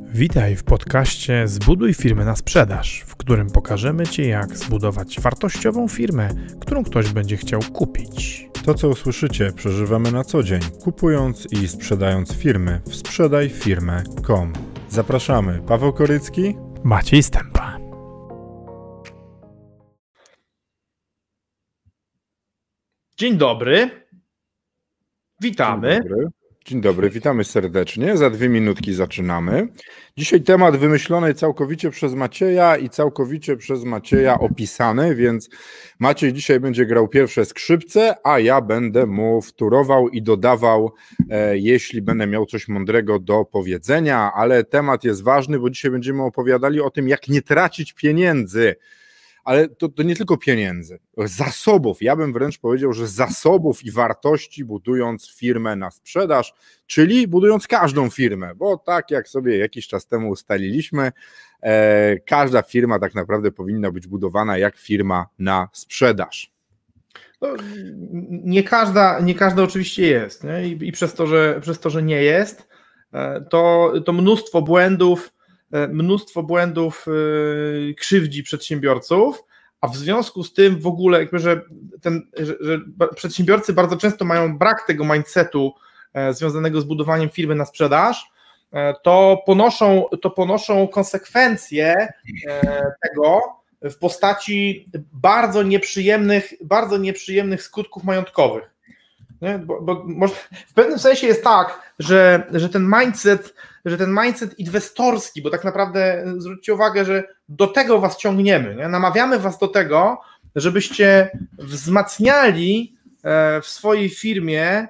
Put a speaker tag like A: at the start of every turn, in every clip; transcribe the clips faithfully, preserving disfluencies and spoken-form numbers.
A: Witaj w podcaście Zbuduj firmę na sprzedaż, w którym pokażemy Ci, jak zbudować wartościową firmę, którą ktoś będzie chciał kupić.
B: To, co usłyszycie, przeżywamy na co dzień, kupując i sprzedając firmy w sprzedaj firmę kropka com. Zapraszamy, Paweł Korycki,
A: Maciej Stępa. Dzień dobry. Witamy.
B: Dzień dobry. Dzień dobry, witamy serdecznie. Za dwie minutki zaczynamy. Dzisiaj temat wymyślony całkowicie przez Macieja i całkowicie przez Macieja opisany, więc Maciej dzisiaj będzie grał pierwsze skrzypce, a ja będę mu wtórował i dodawał, e, jeśli będę miał coś mądrego do powiedzenia, ale temat jest ważny, bo dzisiaj będziemy opowiadali o tym, jak nie tracić pieniędzy. Ale to, to nie tylko pieniędzy, zasobów, ja bym wręcz powiedział, że zasobów i wartości budując firmę na sprzedaż, czyli budując każdą firmę, bo tak jak sobie jakiś czas temu ustaliliśmy, e, każda firma tak naprawdę powinna być budowana jak firma na sprzedaż.
A: No, nie każda, nie każda oczywiście jest, nie? I, i przez to, że, przez to, że nie jest, to, to mnóstwo błędów, mnóstwo błędów yy, krzywdzi przedsiębiorców, a w związku z tym w ogóle, jakby, że, ten, że, że przedsiębiorcy bardzo często mają brak tego mindsetu e, związanego z budowaniem firmy na sprzedaż, e, to, ponoszą, to ponoszą konsekwencje e, tego w postaci bardzo nieprzyjemnych, bardzo nieprzyjemnych skutków majątkowych. Nie? Bo, bo może, w pewnym sensie jest tak, że, że ten mindset, że ten mindset inwestorski, bo tak naprawdę zwróćcie uwagę, że do tego was ciągniemy, nie? Namawiamy was do tego, żebyście wzmacniali w swojej firmie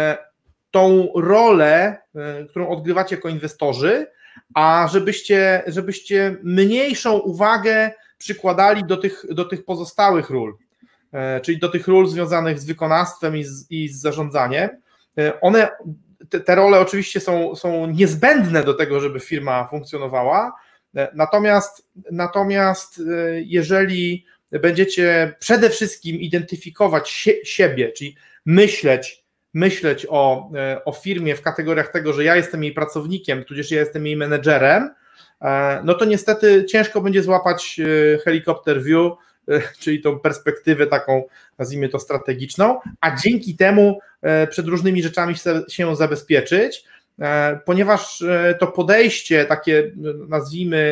A: tą rolę, którą odgrywacie jako inwestorzy, a żebyście, żebyście mniejszą uwagę przykładali do tych, do tych pozostałych ról, czyli do tych ról związanych z wykonawstwem i z, i z zarządzaniem. One, te, te role oczywiście są, są niezbędne do tego, żeby firma funkcjonowała, natomiast, natomiast jeżeli będziecie przede wszystkim identyfikować sie, siebie, czyli myśleć, myśleć o, o firmie w kategoriach tego, że ja jestem jej pracownikiem, tudzież ja jestem jej menedżerem, no to niestety ciężko będzie złapać helikopter view, czyli tą perspektywę taką, nazwijmy to strategiczną, a dzięki temu przed różnymi rzeczami się zabezpieczyć, ponieważ to podejście takie, nazwijmy,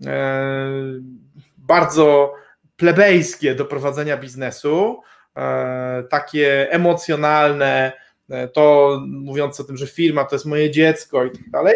A: bardzo plebejskie do prowadzenia biznesu, takie emocjonalne, to mówiąc o tym, że firma to jest moje dziecko i tak dalej,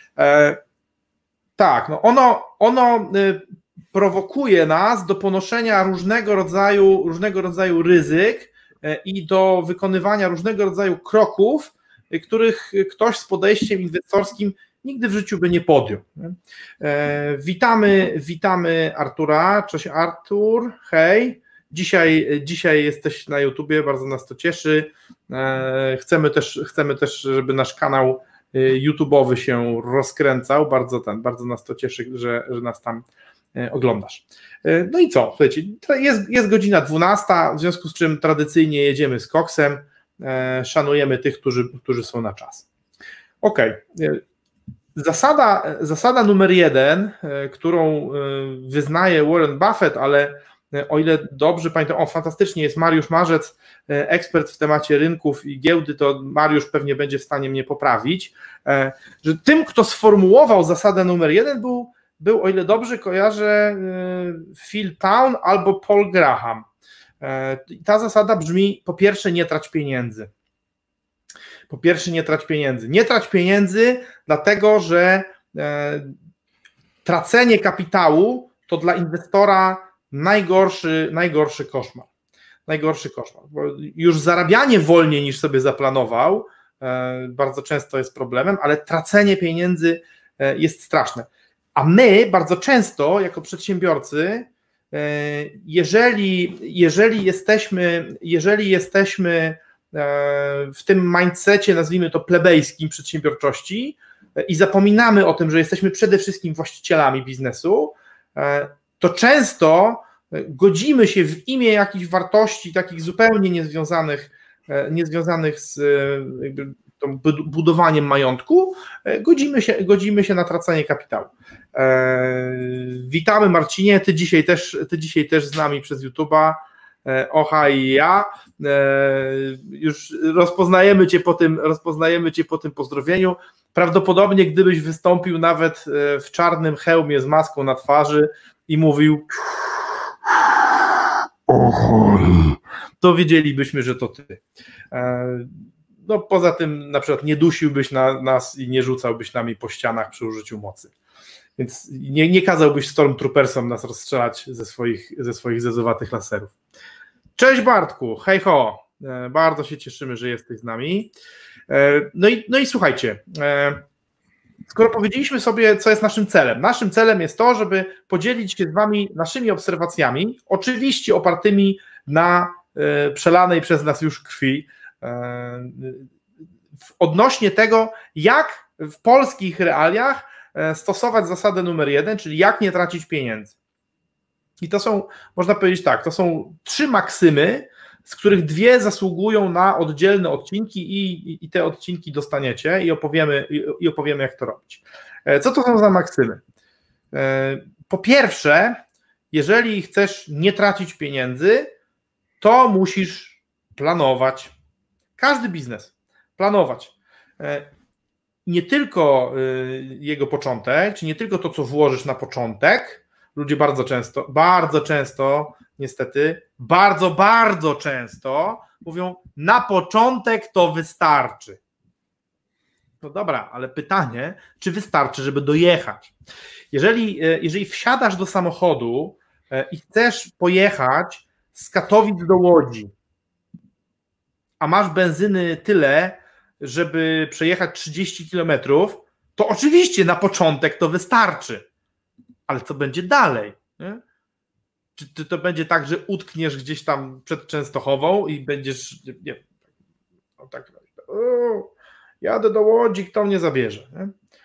A: tak, no ono, ono prowokuje nas do ponoszenia różnego rodzaju, różnego rodzaju ryzyk i do wykonywania różnego rodzaju kroków, których ktoś z podejściem inwestorskim nigdy w życiu by nie podjął. Witamy, witamy Artura. Cześć Artur, hej. Dzisiaj, dzisiaj jesteś na YouTubie, bardzo nas to cieszy. Chcemy też, chcemy też, żeby nasz kanał YouTube'owy się rozkręcał. Bardzo, ten, bardzo nas to cieszy, że, że nas tam oglądasz. No i co? Słuchajcie, jest, jest godzina dwunasta, w związku z czym tradycyjnie jedziemy z koksem, szanujemy tych, którzy, którzy są na czas. Ok. Zasada, zasada numer jeden, którą wyznaje Warren Buffett, ale o ile dobrze pamiętam, o fantastycznie jest Mariusz Marzec, ekspert w temacie rynków i giełdy, to Mariusz pewnie będzie w stanie mnie poprawić, że tym, kto sformułował zasadę numer jeden był Był, o ile dobrze kojarzę, Phil Town albo Paul Graham. Ta zasada brzmi: po pierwsze, nie trać pieniędzy. Po pierwsze, nie trać pieniędzy. Nie trać pieniędzy, dlatego że tracenie kapitału to dla inwestora najgorszy, najgorszy koszmar. Najgorszy koszmar. Bo już zarabianie wolniej niż sobie zaplanował bardzo często jest problemem, ale tracenie pieniędzy jest straszne. A my bardzo często jako przedsiębiorcy, jeżeli, jeżeli, jesteśmy, jeżeli jesteśmy w tym mindsetie, nazwijmy to plebejskim przedsiębiorczości i zapominamy o tym, że jesteśmy przede wszystkim właścicielami biznesu, to często godzimy się w imię jakichś wartości takich zupełnie niezwiązanych, niezwiązanych z jakby tą budowaniem majątku, godzimy się, godzimy się na tracenie kapitału. Witamy Marcinie, ty dzisiaj też, ty dzisiaj też z nami przez YouTube'a. Oha i ja. Już rozpoznajemy cię po tym, rozpoznajemy cię po tym pozdrowieniu. Prawdopodobnie gdybyś wystąpił nawet w czarnym hełmie z maską na twarzy i mówił ohoj, to wiedzielibyśmy, że to ty. No poza tym na przykład nie dusiłbyś na nas i nie rzucałbyś nami po ścianach przy użyciu mocy. Więc nie, nie kazałbyś Stormtroopersom nas rozstrzelać ze swoich, ze swoich zezowatych laserów. Cześć Bartku, hej ho, bardzo się cieszymy, że jesteś z nami. No i, no i słuchajcie, skoro powiedzieliśmy sobie, co jest naszym celem, naszym celem jest to, żeby podzielić się z wami naszymi obserwacjami, oczywiście opartymi na przelanej przez nas już krwi, odnośnie tego, jak w polskich realiach stosować zasadę numer jeden, czyli jak nie tracić pieniędzy. I to są, można powiedzieć tak, to są trzy maksymy, z których dwie zasługują na oddzielne odcinki i, i, i te odcinki dostaniecie i opowiemy, i, i opowiemy, jak to robić. Co to są za maksymy? Po pierwsze, jeżeli chcesz nie tracić pieniędzy, to musisz planować. Każdy biznes. Planować. Nie tylko jego początek, czy nie tylko to, co włożysz na początek. Ludzie bardzo często, bardzo często, niestety, bardzo, bardzo często mówią, na początek to wystarczy. No dobra, ale pytanie, czy wystarczy, żeby dojechać? Jeżeli, jeżeli wsiadasz do samochodu i chcesz pojechać z Katowic do Łodzi, a masz benzyny tyle, żeby przejechać trzydzieści kilometrów, to oczywiście na początek to wystarczy. Ale co będzie dalej? Nie? Czy, czy to będzie tak, że utkniesz gdzieś tam przed Częstochową i będziesz, nie, nie o tak, o, jadę do Łodzi, kto mnie zabierze? Nie?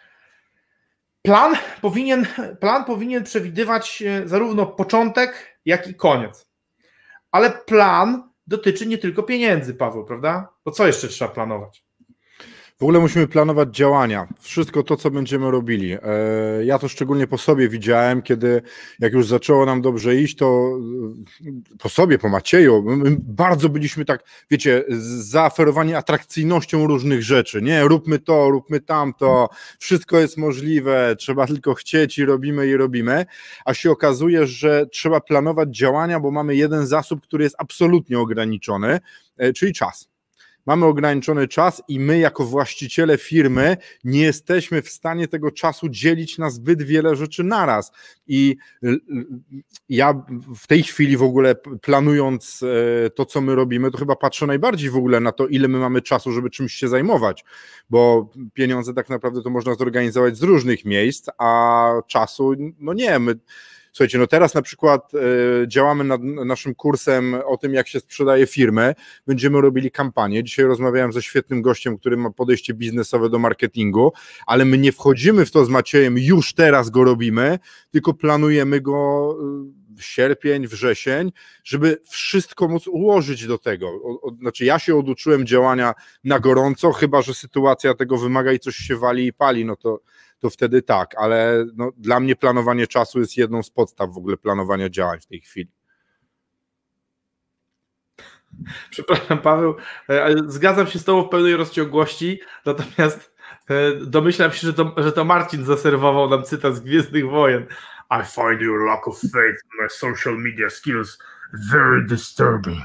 A: Plan powinien, plan powinien przewidywać zarówno początek, jak i koniec. Ale plan dotyczy nie tylko pieniędzy, Paweł, prawda? To co jeszcze trzeba planować?
B: W ogóle musimy planować działania, wszystko to, co będziemy robili. Ja to szczególnie po sobie widziałem, kiedy jak już zaczęło nam dobrze iść, to po sobie, po Macieju, my bardzo byliśmy tak, wiecie, zaaferowani atrakcyjnością różnych rzeczy. Nie, róbmy to, róbmy tamto, wszystko jest możliwe, trzeba tylko chcieć i robimy i robimy, a się okazuje, że trzeba planować działania, bo mamy jeden zasób, który jest absolutnie ograniczony, czyli czas. Mamy ograniczony czas i my jako właściciele firmy nie jesteśmy w stanie tego czasu dzielić na zbyt wiele rzeczy naraz. I ja w tej chwili w ogóle planując to, co my robimy, to chyba patrzę najbardziej w ogóle na to, ile my mamy czasu, żeby czymś się zajmować, bo pieniądze tak naprawdę to można zorganizować z różnych miejsc, a czasu, no nie, my... Słuchajcie, no teraz na przykład y, działamy nad naszym kursem o tym, jak się sprzedaje firmę, będziemy robili kampanię. Dzisiaj rozmawiałem ze świetnym gościem, który ma podejście biznesowe do marketingu, ale my nie wchodzimy w to z Maciejem, już teraz go robimy, tylko planujemy go w sierpień, wrzesień, żeby wszystko móc ułożyć do tego. O, o, znaczy ja się oduczyłem działania na gorąco, chyba że sytuacja tego wymaga i coś się wali i pali, no to to wtedy tak, ale no, dla mnie planowanie czasu jest jedną z podstaw w ogóle planowania działań w tej chwili.
A: Przepraszam, Paweł, ale zgadzam się z tobą w pełnej rozciągłości, natomiast domyślam się, że to, że to Marcin zaserwował nam cytat z Gwiezdnych Wojen. I find your lack of faith in my social media skills very disturbing.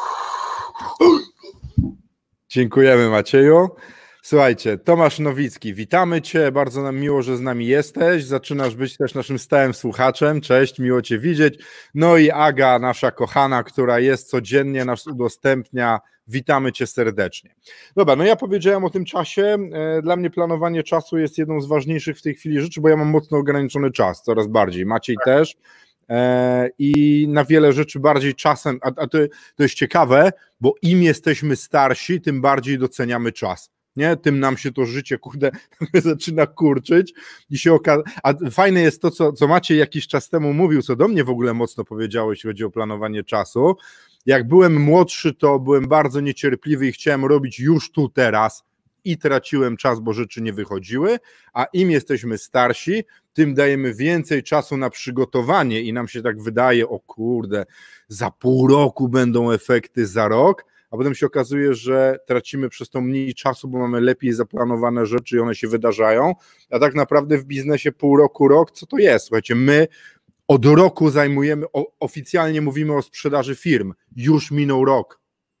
B: Dziękujemy, Macieju. Słuchajcie, Tomasz Nowicki, witamy Cię, bardzo nam miło, że z nami jesteś, zaczynasz być też naszym stałym słuchaczem, cześć, miło Cię widzieć, no i Aga, nasza kochana, która jest codziennie, nas udostępnia, witamy Cię serdecznie. Dobra, no ja powiedziałem o tym czasie, dla mnie planowanie czasu jest jedną z ważniejszych w tej chwili rzeczy, bo ja mam mocno ograniczony czas, coraz bardziej, Maciej tak. też. I na wiele rzeczy bardziej czasem, a, a to, to jest ciekawe, bo im jesteśmy starsi, tym bardziej doceniamy czas. Nie, tym nam się to życie, kurde, zaczyna kurczyć i się okaże, a fajne jest to, co, co Maciej jakiś czas temu mówił, co do mnie w ogóle mocno powiedziało, jeśli chodzi o planowanie czasu. Jak byłem młodszy, to byłem bardzo niecierpliwy i chciałem robić już tu, teraz i traciłem czas, bo rzeczy nie wychodziły, a im jesteśmy starsi, tym dajemy więcej czasu na przygotowanie i nam się tak wydaje, o kurde, za pół roku będą efekty, za rok, a potem się okazuje, że tracimy przez to mniej czasu, bo mamy lepiej zaplanowane rzeczy i one się wydarzają, a tak naprawdę w biznesie pół roku, rok, co to jest? Słuchajcie, my od roku zajmujemy, o, oficjalnie mówimy o sprzedaży firm, już minął rok.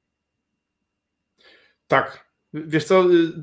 A: Tak, wiesz co,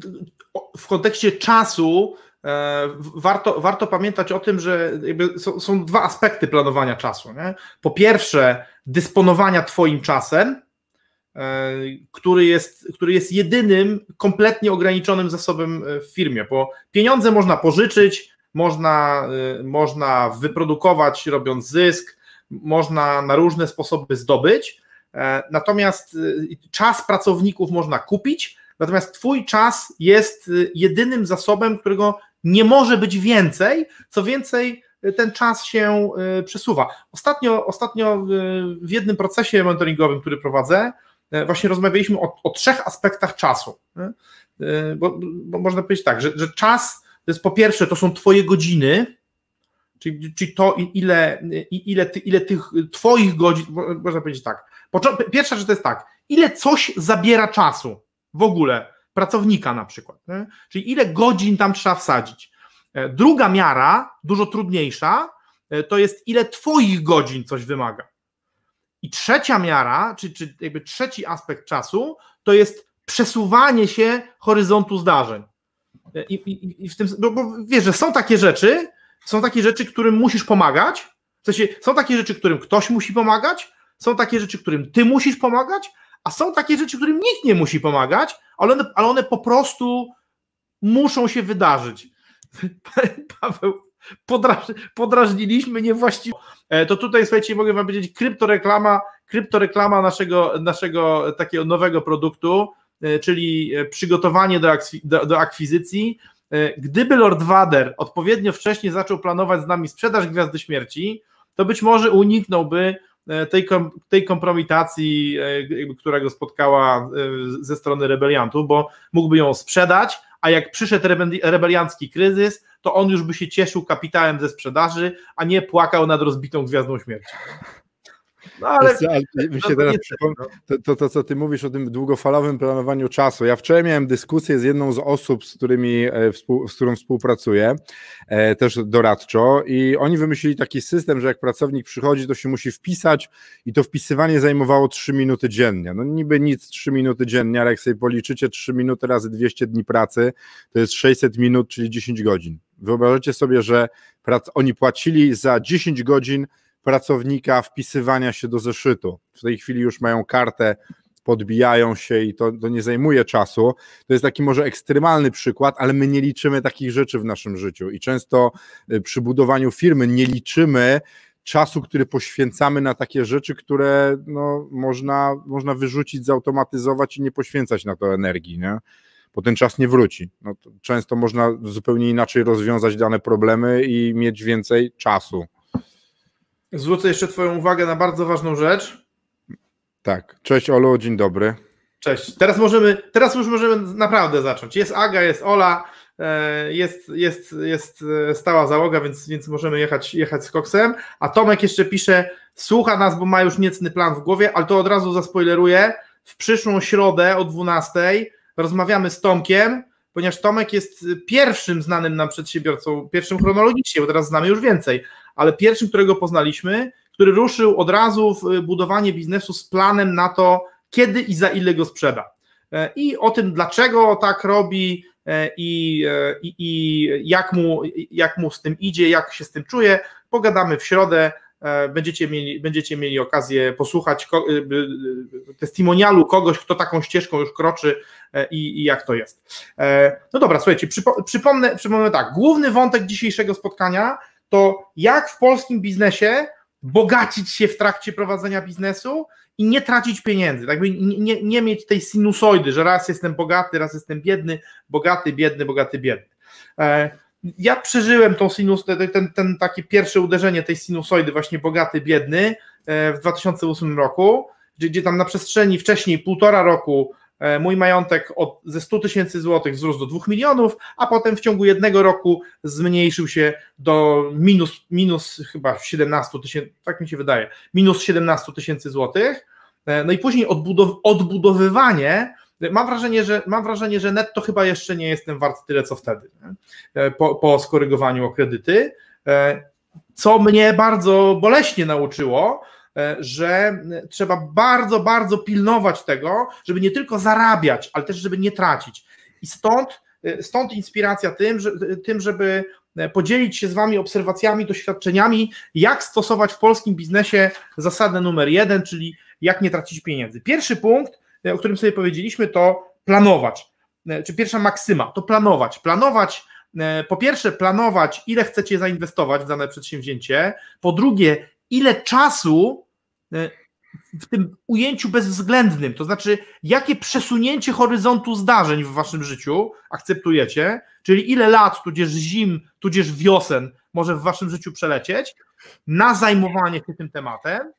A: w kontekście czasu e, warto, warto pamiętać o tym, że jakby są, są dwa aspekty planowania czasu. Nie? Po pierwsze, dysponowania twoim czasem, e, który jest, który jest jedynym kompletnie ograniczonym zasobem w firmie, bo pieniądze można pożyczyć, można, e, można wyprodukować robiąc zysk, można na różne sposoby zdobyć, natomiast czas pracowników można kupić, natomiast twój czas jest jedynym zasobem, którego nie może być więcej, co więcej ten czas się przesuwa. Ostatnio, ostatnio w jednym procesie mentoringowym, który prowadzę, właśnie rozmawialiśmy o, o trzech aspektach czasu, bo, bo można powiedzieć tak, że, że czas to jest po pierwsze, to są twoje godziny, czyli, czyli to ile, ile, ty, ile tych twoich godzin, można powiedzieć tak, pierwsza rzecz to jest tak, ile coś zabiera czasu w ogóle, pracownika na przykład, nie? Czyli ile godzin tam trzeba wsadzić. Druga miara, dużo trudniejsza, to jest ile twoich godzin coś wymaga. I trzecia miara, czy, czy jakby trzeci aspekt czasu, to jest przesuwanie się horyzontu zdarzeń. I, i, i w tym, bo, bo wiesz, że są takie rzeczy, są takie rzeczy, którym musisz pomagać, w sensie są takie rzeczy, którym ktoś musi pomagać, są takie rzeczy, którym ty musisz pomagać, a są takie rzeczy, którym nikt nie musi pomagać, ale one, ale one po prostu muszą się wydarzyć. Paweł, podraż, podrażniliśmy niewłaściwie. To tutaj, słuchajcie, mogę wam powiedzieć, kryptoreklama, kryptoreklama naszego, naszego takiego nowego produktu, czyli przygotowanie do, do, do akwizycji. Gdyby Lord Vader odpowiednio wcześnie zaczął planować z nami sprzedaż Gwiazdy Śmierci, to być może uniknąłby tej, tej kompromitacji, która go spotkała ze strony rebeliantów, bo mógłby ją sprzedać, a jak przyszedł rebeliancki kryzys, to on już by się cieszył kapitałem ze sprzedaży, a nie płakał nad rozbitą Gwiazdą Śmierci. No ale,
B: ale mi się teraz przypomina, to, to, to, co ty mówisz o tym długofalowym planowaniu czasu. Ja wczoraj miałem dyskusję z jedną z osób, z którymi, z którą współpracuję, też doradczo, i oni wymyślili taki system, że jak pracownik przychodzi, to się musi wpisać i to wpisywanie zajmowało trzy minuty dziennie. No niby nic, trzy minuty dziennie, ale jak sobie policzycie trzy minuty razy dwieście dni pracy, to jest sześćset minut, czyli dziesięć godzin. Wyobrażacie sobie, że prac- oni płacili za dziesięć godzin pracownika wpisywania się do zeszytu. W tej chwili już mają kartę, podbijają się i to, to nie zajmuje czasu. To jest taki może ekstremalny przykład, ale my nie liczymy takich rzeczy w naszym życiu i często przy budowaniu firmy nie liczymy czasu, który poświęcamy na takie rzeczy, które no, można, można wyrzucić, zautomatyzować i nie poświęcać na to energii, nie? Bo ten czas nie wróci. No, to często można zupełnie inaczej rozwiązać dane problemy i mieć więcej czasu.
A: Zwrócę jeszcze twoją uwagę na bardzo ważną rzecz.
B: Tak. Cześć Olu, dzień dobry.
A: Cześć. Teraz możemy, teraz już możemy naprawdę zacząć. Jest Aga, jest Ola, jest, jest, jest stała załoga, więc, więc możemy jechać, jechać z koksem. A Tomek jeszcze pisze, słucha nas, bo ma już niecny plan w głowie, ale to od razu zaspoileruję. W przyszłą środę o dwunastej rozmawiamy z Tomkiem, ponieważ Tomek jest pierwszym znanym nam przedsiębiorcą, pierwszym chronologicznie, bo teraz znamy już więcej, ale pierwszym, którego poznaliśmy, który ruszył od razu w budowanie biznesu z planem na to, kiedy i za ile go sprzeda. I o tym, dlaczego tak robi i, i, i jak, mu, jak mu z tym idzie, jak się z tym czuje, pogadamy w środę. Będziecie mieli, będziecie mieli okazję posłuchać testimonialu kogoś, kto taką ścieżką już kroczy i, i jak to jest. No dobra, słuchajcie, przypo, przypomnę, przypomnę tak, główny wątek dzisiejszego spotkania to jak w polskim biznesie bogacić się w trakcie prowadzenia biznesu i nie tracić pieniędzy, tak? nie, nie, nie mieć tej sinusoidy, że raz jestem bogaty, raz jestem biedny, bogaty, biedny, bogaty, biedny. Ja przeżyłem tą sinus, ten, ten, ten takie pierwsze uderzenie tej sinusoidy właśnie bogaty, biedny w dwa tysiące ósmym roku, gdzie, gdzie tam na przestrzeni wcześniej półtora roku mój majątek od, ze stu tysięcy złotych wzrósł do dwóch milionów, a potem w ciągu jednego roku zmniejszył się do minus, minus chyba siedemnaście tysięcy, tak mi się wydaje, minus siedemnaście tysięcy złotych. No i później odbudow- odbudowywanie, mam wrażenie, że, mam wrażenie, że netto chyba jeszcze nie jestem wart tyle, co wtedy, po, po skorygowaniu o kredyty, co mnie bardzo boleśnie nauczyło, że trzeba bardzo, bardzo pilnować tego, żeby nie tylko zarabiać, ale też żeby nie tracić. I stąd, stąd inspiracja tym, że, tym, żeby podzielić się z Wami obserwacjami, doświadczeniami, jak stosować w polskim biznesie zasadę numer jeden, czyli jak nie tracić pieniędzy. Pierwszy punkt, o którym sobie powiedzieliśmy, to planować, czy pierwsza maksyma, to planować. Planować, po pierwsze planować, ile chcecie zainwestować w dane przedsięwzięcie, po drugie, ile czasu w tym ujęciu bezwzględnym, to znaczy jakie przesunięcie horyzontu zdarzeń w waszym życiu akceptujecie, czyli ile lat, tudzież zim, tudzież wiosen może w waszym życiu przelecieć na zajmowanie się tym tematem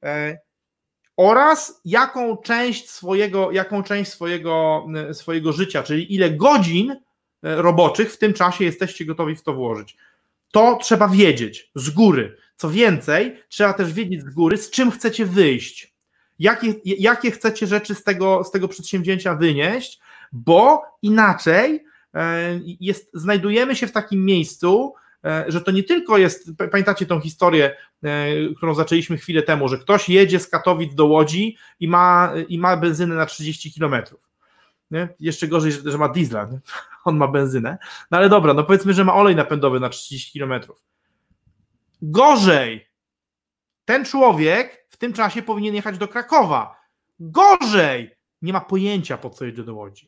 A: oraz jaką część swojego, jaką część swojego, swojego życia, czyli ile godzin roboczych w tym czasie jesteście gotowi w to włożyć. To trzeba wiedzieć z góry. Co więcej, trzeba też wiedzieć z góry, z czym chcecie wyjść, jakie, jakie chcecie rzeczy z tego, z tego przedsięwzięcia wynieść, bo inaczej jest, znajdujemy się w takim miejscu, że to nie tylko jest, pamiętacie tą historię, którą zaczęliśmy chwilę temu, że ktoś jedzie z Katowic do Łodzi i ma, i ma benzynę na trzydzieści kilometrów. Nie? Jeszcze gorzej, że, że ma diesla, nie? On ma benzynę, no ale dobra, no powiedzmy, że ma olej napędowy na trzydzieści kilometrów. Gorzej, ten człowiek w tym czasie powinien jechać do Krakowa. Gorzej, nie ma pojęcia, po co jedzie do Łodzi.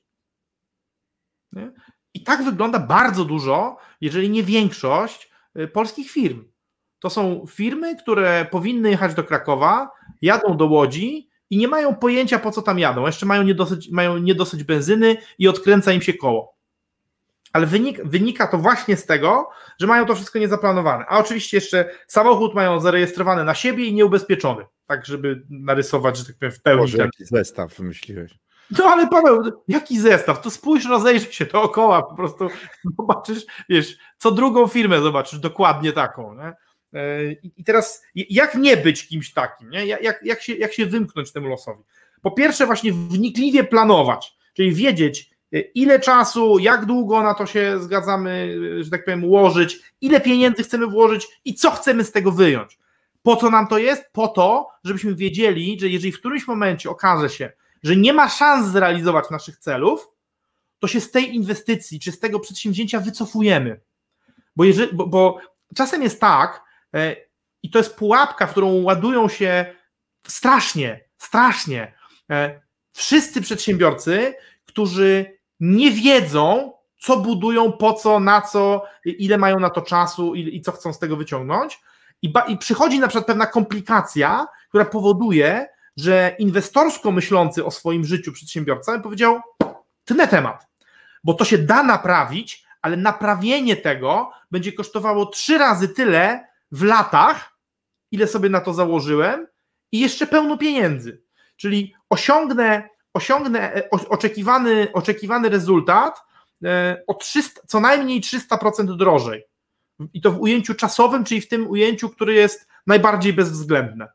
A: Nie? I tak wygląda bardzo dużo, jeżeli nie większość polskich firm. To są firmy, które powinny jechać do Krakowa, jadą do Łodzi i nie mają pojęcia, po co tam jadą. Jeszcze mają niedosyć, mają niedosyć benzyny i odkręca im się koło. Ale wynika, wynika to właśnie z tego, że mają to wszystko niezaplanowane. A oczywiście jeszcze samochód mają zarejestrowany na siebie i nieubezpieczony, tak żeby narysować, że tak powiem, w pełni.
B: Boże, jaki zestaw wymyśliłeś.
A: No ale Paweł, jaki zestaw? To spójrz, rozejrzyj się dookoła, po prostu zobaczysz, wiesz, co drugą firmę zobaczysz dokładnie taką, nie? I teraz jak nie być kimś takim, nie? Jak, jak, się, jak się wymknąć temu losowi? Po pierwsze właśnie wnikliwie planować, czyli wiedzieć, ile czasu, jak długo na to się zgadzamy, że tak powiem, ułożyć, ile pieniędzy chcemy włożyć i co chcemy z tego wyjąć. Po co nam to jest? Po to, żebyśmy wiedzieli, że jeżeli w którymś momencie okaże się, że nie ma szans zrealizować naszych celów, to się z tej inwestycji czy z tego przedsięwzięcia wycofujemy. Bo, jeżeli, bo, bo czasem jest tak, e, i to jest pułapka, w którą ładują się strasznie, strasznie e, wszyscy przedsiębiorcy, którzy nie wiedzą, co budują, po co, na co, ile mają na to czasu i, i co chcą z tego wyciągnąć. I, ba, I przychodzi na przykład pewna komplikacja, która powoduje, że inwestorsko myślący o swoim życiu przedsiębiorca powiedział, tnę temat, bo to się da naprawić, ale naprawienie tego będzie kosztowało trzy razy tyle w latach, ile sobie na to założyłem i jeszcze pełno pieniędzy. Czyli osiągnę, osiągnę oczekiwany, oczekiwany rezultat o trzysta, co najmniej trzysta procent drożej. I to w ujęciu czasowym, czyli w tym ujęciu, które jest najbardziej bezwzględne.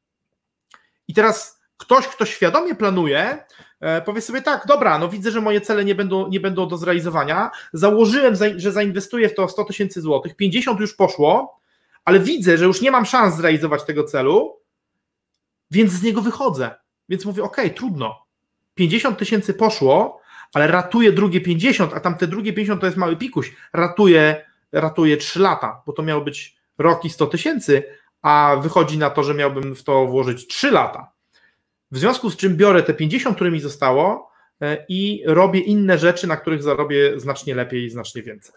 A: I teraz ktoś, kto świadomie planuje, powie sobie tak, dobra, no widzę, że moje cele nie będą, nie będą do zrealizowania, założyłem, że zainwestuję w to sto tysięcy złotych, pięćdziesiąt już poszło, ale widzę, że już nie mam szans zrealizować tego celu, więc z niego wychodzę. Więc mówię, okej, okay, trudno, pięćdziesiąt tysięcy poszło, ale ratuję drugie pięćdziesiąt, a tam te drugie pięćdziesiąt to jest mały pikuś, ratuję, ratuję trzy lata, bo to miało być rok i sto tysięcy, a wychodzi na to, że miałbym w to włożyć trzy lata. W związku z czym biorę te pięćdziesiąt, które mi zostało i robię inne rzeczy, na których zarobię znacznie lepiej i znacznie więcej.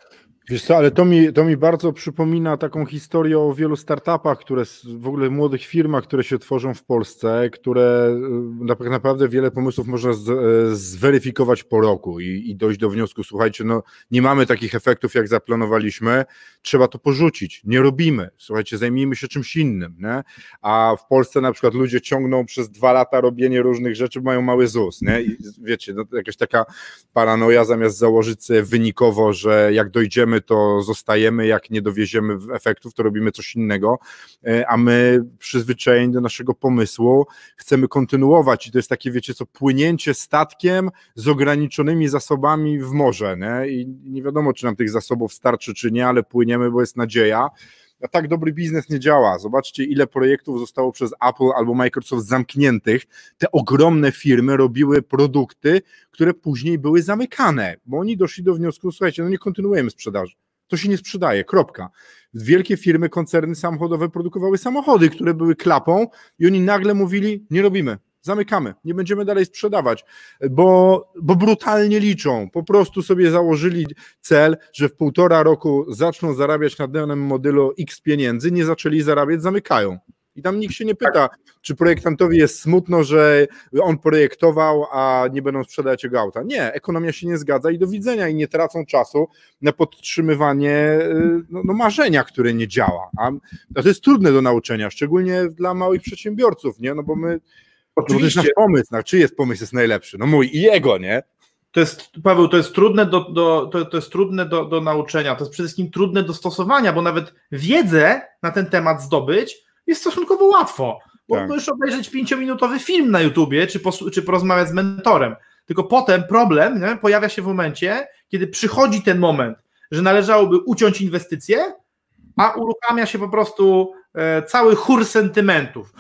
B: Wiesz co, ale to mi, to mi bardzo przypomina taką historię o wielu startupach, które w ogóle młodych firmach, które się tworzą w Polsce, które tak naprawdę wiele pomysłów można z, zweryfikować po roku i, i dojść do wniosku, słuchajcie, no nie mamy takich efektów, jak zaplanowaliśmy, trzeba to porzucić, nie robimy, słuchajcie, zajmijmy się czymś innym, nie? A w Polsce na przykład ludzie ciągną przez dwa lata robienie różnych rzeczy, mają mały ZUS, nie? I wiecie, no, jakaś taka paranoja, zamiast założyć sobie wynikowo, że jak dojdziemy, to zostajemy, jak nie dowieziemy efektów, to robimy coś innego, a my przyzwyczajeni do naszego pomysłu chcemy kontynuować i to jest takie, wiecie co, płynięcie statkiem z ograniczonymi zasobami w morze, nie? I nie wiadomo, czy nam tych zasobów starczy, czy nie, ale płyniemy, bo jest nadzieja. A tak dobry biznes nie działa. Zobaczcie, ile projektów zostało przez Apple albo Microsoft zamkniętych. Te ogromne firmy robiły produkty, które później były zamykane, bo oni doszli do wniosku, słuchajcie, no nie kontynuujemy sprzedaży. To się nie sprzedaje, kropka. Wielkie firmy, koncerny samochodowe produkowały samochody, które były klapą i oni nagle mówili, nie robimy. Zamykamy, nie będziemy dalej sprzedawać, bo, bo brutalnie liczą, po prostu sobie założyli cel, że w półtora roku zaczną zarabiać na danym modelu X pieniędzy, nie zaczęli zarabiać, zamykają. I tam nikt się nie pyta, czy projektantowi jest smutno, że on projektował, a nie będą sprzedać jego auta. Nie, ekonomia się nie zgadza i do widzenia i nie tracą czasu na podtrzymywanie no, no marzenia, które nie działa. A, a to jest trudne do nauczenia, szczególnie dla małych przedsiębiorców, nie? No bo my Oczywiście. To jest nasz pomysł, no, czyj jest pomysł jest najlepszy? No mój i jego, nie?
A: To jest, Paweł, to jest trudne do, do, to, to jest trudne do, do nauczenia, to jest przede wszystkim trudne do stosowania, bo nawet wiedzę na ten temat zdobyć jest stosunkowo łatwo, bo tak. Możesz obejrzeć pięciominutowy film na YouTubie, czy, pos, czy porozmawiać z mentorem, tylko potem problem nie, pojawia się w momencie, kiedy przychodzi ten moment, że należałoby uciąć inwestycje, a uruchamia się po prostu e, cały chór sentymentów.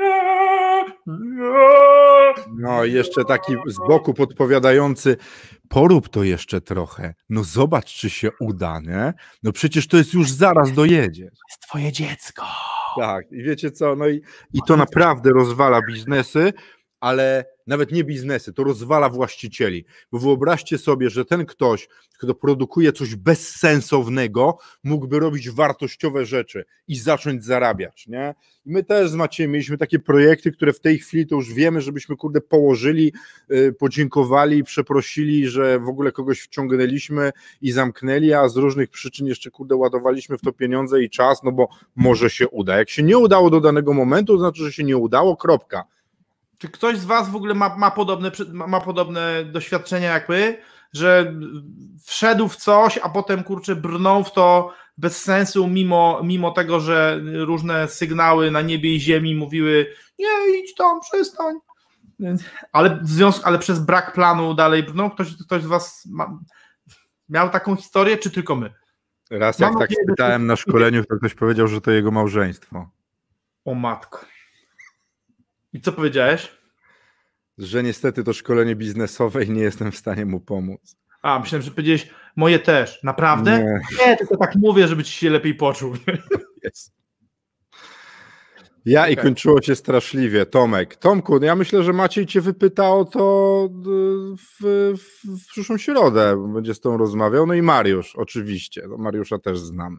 B: No i jeszcze taki z boku podpowiadający, porób to jeszcze trochę, no zobacz, czy się uda, nie? No przecież to jest już zaraz dojedziesz.
A: To jest twoje dziecko.
B: Tak, i wiecie co, no i, i to naprawdę rozwala biznesy, ale nawet nie biznesy, to rozwala właścicieli, bo wyobraźcie sobie, że ten ktoś, kto produkuje coś bezsensownego, mógłby robić wartościowe rzeczy i zacząć zarabiać, nie? I my też z Maciejem mieliśmy takie projekty, które w tej chwili to już wiemy, żebyśmy kurde położyli, yy, podziękowali, przeprosili, że w ogóle kogoś wciągnęliśmy i zamknęli, a z różnych przyczyn jeszcze kurde ładowaliśmy w to pieniądze i czas, no bo może się uda. Jak się nie udało do danego momentu, to znaczy, że się nie udało, kropka.
A: Czy ktoś z was w ogóle ma, ma, podobne, ma podobne doświadczenia jak my, że wszedł w coś, a potem kurczę brnął w to bez sensu, mimo, mimo tego, że różne sygnały na niebie i ziemi mówiły nie, idź tam, przestań. Ale, w związku, ale przez brak planu dalej brnął? Ktoś, ktoś z was ma, miał taką historię, czy tylko my?
B: Raz jak Mam tak spytałem na szkoleniu, to ktoś powiedział, że to jego małżeństwo.
A: O matko. I co powiedziałeś?
B: Że niestety to szkolenie biznesowe i nie jestem w stanie mu pomóc.
A: A, myślałem, że powiedziałeś moje też. Naprawdę? Nie, nie tylko tak mówię, żeby ci się lepiej poczuł.
B: Jest. Ja okay. I kończyło się straszliwie. Tomek. Tomku, ja myślę, że Maciej cię wypyta o to w, w, w przyszłą środę. Będzie z tą rozmawiał. No i Mariusz, oczywiście. No Mariusza też znamy.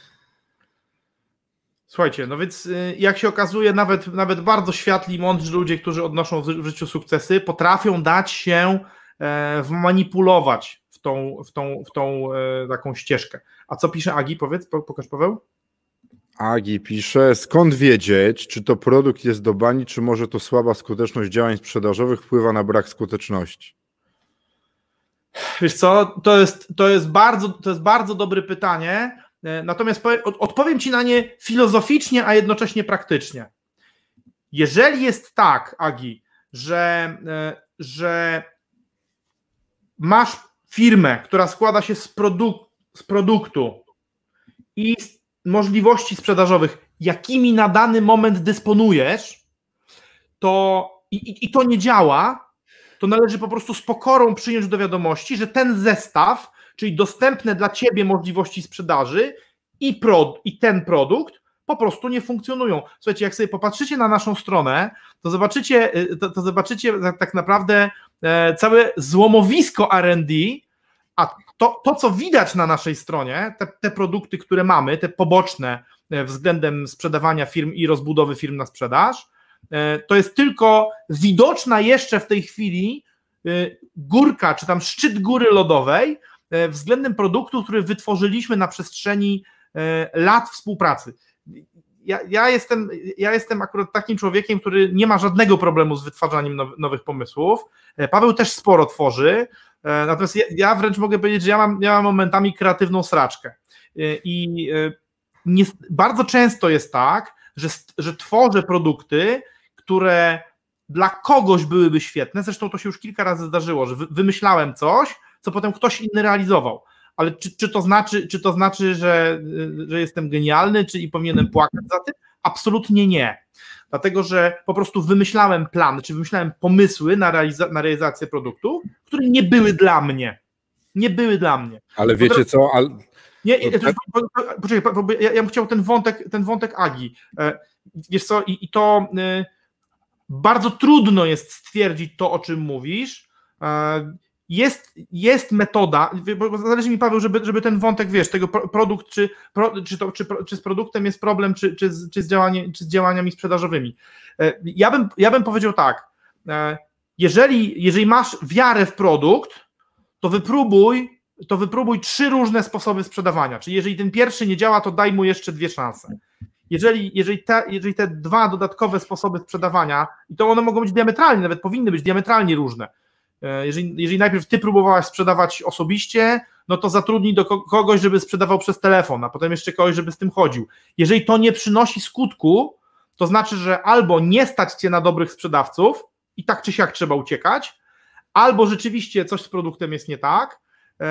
A: Słuchajcie, no więc jak się okazuje, nawet, nawet bardzo światli, mądrzy ludzie, którzy odnoszą w życiu sukcesy, potrafią dać się e, wmanipulować w tą, w tą, w tą e, taką ścieżkę. A co pisze Agi? Powiedz, pokaż Paweł.
B: Agi pisze, skąd wiedzieć, czy to produkt jest do bani, czy może to słaba skuteczność działań sprzedażowych wpływa na brak skuteczności?
A: Wiesz co, to jest, to jest, bardzo, to jest bardzo dobre pytanie. Natomiast odpowiem ci na nie filozoficznie, a jednocześnie praktycznie. Jeżeli jest tak, Agi, że, że masz firmę, która składa się z, produk- z produktu i z możliwości sprzedażowych, jakimi na dany moment dysponujesz, to i, i, i to nie działa, to należy po prostu z pokorą przyjąć do wiadomości, że ten zestaw, czyli dostępne dla ciebie możliwości sprzedaży i, pro, i ten produkt po prostu nie funkcjonują. Słuchajcie, jak sobie popatrzycie na naszą stronę, to zobaczycie, to, to zobaczycie tak naprawdę całe złomowisko R and D, a to, to co widać na naszej stronie, te, te produkty, które mamy, te poboczne względem sprzedawania firm i rozbudowy firm na sprzedaż, to jest tylko widoczna jeszcze w tej chwili górka, czy tam szczyt góry lodowej względem produktu, który wytworzyliśmy na przestrzeni lat współpracy. Ja, ja, jestem, ja jestem akurat takim człowiekiem, który nie ma żadnego problemu z wytwarzaniem now, nowych pomysłów. Paweł też sporo tworzy, natomiast ja, ja wręcz mogę powiedzieć, że ja mam, ja mam momentami kreatywną sraczkę. I nie, bardzo często jest tak, że, że tworzę produkty, które dla kogoś byłyby świetne, zresztą to się już kilka razy zdarzyło, że wymyślałem coś, co potem ktoś inny realizował. Ale czy, czy to znaczy, czy to znaczy, że, że jestem genialny, czy i powinienem płakać za tym? Absolutnie nie. Dlatego, że po prostu wymyślałem plan, czy wymyślałem pomysły na, realiza- na realizację produktu, które nie były dla mnie. Nie były dla mnie.
B: Ale wiecie teraz, co? Ale...
A: Nie, ja, to, poczekaj, ja, ja bym chciał ten wątek, ten wątek Agi. Wiesz co, i, i to y, bardzo trudno jest stwierdzić to, o czym mówisz. Y, Jest, jest metoda, bo zależy mi, Paweł, żeby, żeby ten wątek, wiesz, tego produkt, czy, pro, czy, to, czy, czy z produktem jest problem, czy, czy, z, czy, z działanie, czy z działaniami sprzedażowymi. Ja bym, ja bym powiedział tak, jeżeli, jeżeli masz wiarę w produkt, to wypróbuj, to wypróbuj trzy różne sposoby sprzedawania, czyli jeżeli ten pierwszy nie działa, to daj mu jeszcze dwie szanse. Jeżeli, jeżeli, te, jeżeli te dwa dodatkowe sposoby sprzedawania, i to one mogą być diametralnie, nawet powinny być diametralnie różne. Jeżeli, jeżeli najpierw ty próbowałaś sprzedawać osobiście, no to zatrudnij do kogoś, żeby sprzedawał przez telefon, a potem jeszcze kogoś, żeby z tym chodził. Jeżeli to nie przynosi skutku, to znaczy, że albo nie stać cię na dobrych sprzedawców i tak czy siak trzeba uciekać, albo rzeczywiście coś z produktem jest nie tak,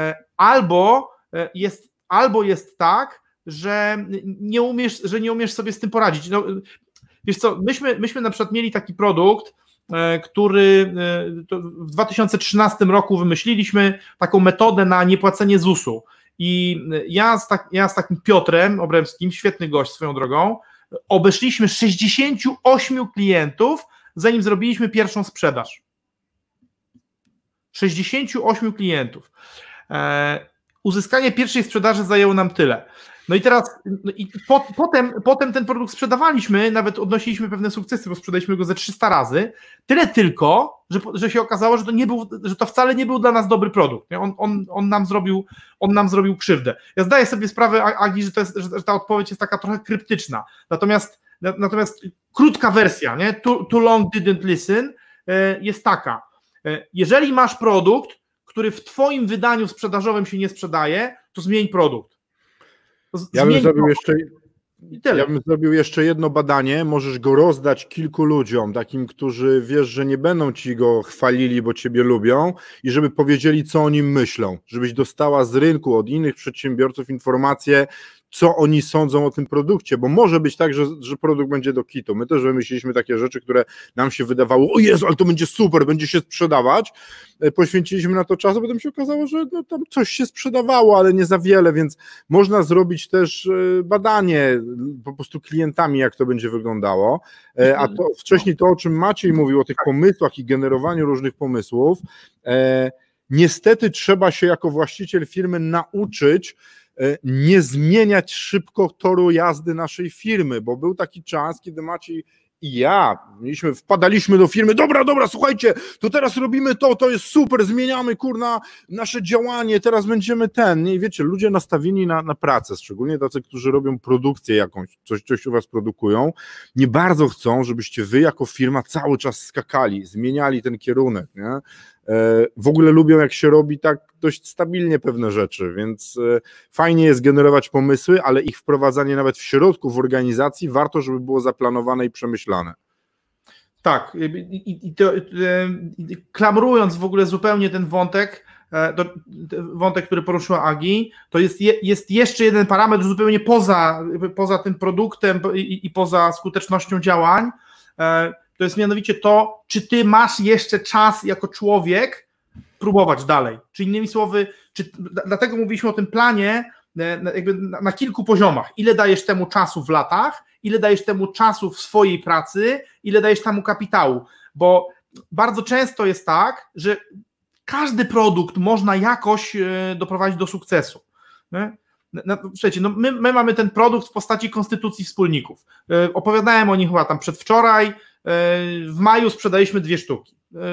A: albo jest, albo jest tak, że nie umiesz, że nie umiesz sobie z tym poradzić. No, wiesz co, myśmy, myśmy na przykład mieli taki produkt, który w dwa tysiące trzynastym roku wymyśliliśmy taką metodę na niepłacenie zusu. I ja z, tak, ja z takim Piotrem Obremskim, świetny gość swoją drogą, obeszliśmy sześćdziesięciu ośmiu klientów, zanim zrobiliśmy pierwszą sprzedaż. sześćdziesięciu ośmiu klientów. E, uzyskanie pierwszej sprzedaży zajęło nam tyle. No i teraz no i po, potem, potem ten produkt sprzedawaliśmy, nawet odnosiliśmy pewne sukcesy, bo sprzedaliśmy go ze trzysta razy, tyle tylko, że, że się okazało, że to, nie był, że to wcale nie był dla nas dobry produkt. Nie? On, on, on, nam zrobił, on nam zrobił krzywdę. Ja zdaję sobie sprawę, Agi, że, to jest, że ta odpowiedź jest taka trochę kryptyczna, natomiast, natomiast krótka wersja, nie? Too, too long didn't listen, jest taka. Jeżeli masz produkt, który w twoim wydaniu sprzedażowym się nie sprzedaje, to zmień produkt.
B: Ja bym, zrobił jeszcze, ja bym zrobił jeszcze jedno badanie, możesz go rozdać kilku ludziom, takim, którzy wiesz, że nie będą ci go chwalili, bo ciebie lubią i żeby powiedzieli, co o nim myślą, żebyś dostała z rynku od innych przedsiębiorców informacje, co oni sądzą o tym produkcie, bo może być tak, że, że produkt będzie do kitu. My też wymyśliliśmy takie rzeczy, które nam się wydawało, o Jezu, ale to będzie super, będzie się sprzedawać. Poświęciliśmy na to czas, a potem się okazało, że no, tam coś się sprzedawało, ale nie za wiele, więc można zrobić też badanie po prostu klientami, jak to będzie wyglądało. A to wcześniej to, o czym Maciej mówił, o tych pomysłach i generowaniu różnych pomysłów, niestety trzeba się jako właściciel firmy nauczyć nie zmieniać szybko toru jazdy naszej firmy, bo był taki czas, kiedy Maciej i ja mieliśmy, wpadaliśmy do firmy, dobra, dobra, słuchajcie, to teraz robimy to, to jest super, zmieniamy, kurna, nasze działanie, teraz będziemy ten, nie, i wiecie, ludzie nastawieni na, na pracę, szczególnie tacy, którzy robią produkcję jakąś, coś, coś u was produkują, nie bardzo chcą, żebyście wy jako firma cały czas skakali, zmieniali ten kierunek, nie? W ogóle lubią, jak się robi tak dość stabilnie pewne rzeczy, więc fajnie jest generować pomysły, ale ich wprowadzanie nawet w środku, w organizacji, warto, żeby było zaplanowane i przemyślane.
A: Tak, i, i to, i, klamrując w ogóle zupełnie ten wątek, to, wątek, który poruszyła Agi, to jest, jest jeszcze jeden parametr zupełnie poza, poza tym produktem i, i poza skutecznością działań. To jest mianowicie to, czy ty masz jeszcze czas jako człowiek próbować dalej. Czy innymi słowy, czy, dlatego mówiliśmy o tym planie jakby na, na kilku poziomach. Ile dajesz temu czasu w latach, ile dajesz temu czasu w swojej pracy, ile dajesz temu kapitału. Bo bardzo często jest tak, że każdy produkt można jakoś doprowadzić do sukcesu. Nie? Słuchajcie, no my, my mamy ten produkt w postaci konstytucji wspólników. Opowiadałem o nich chyba tam przedwczoraj. W maju sprzedaliśmy dwie sztuki.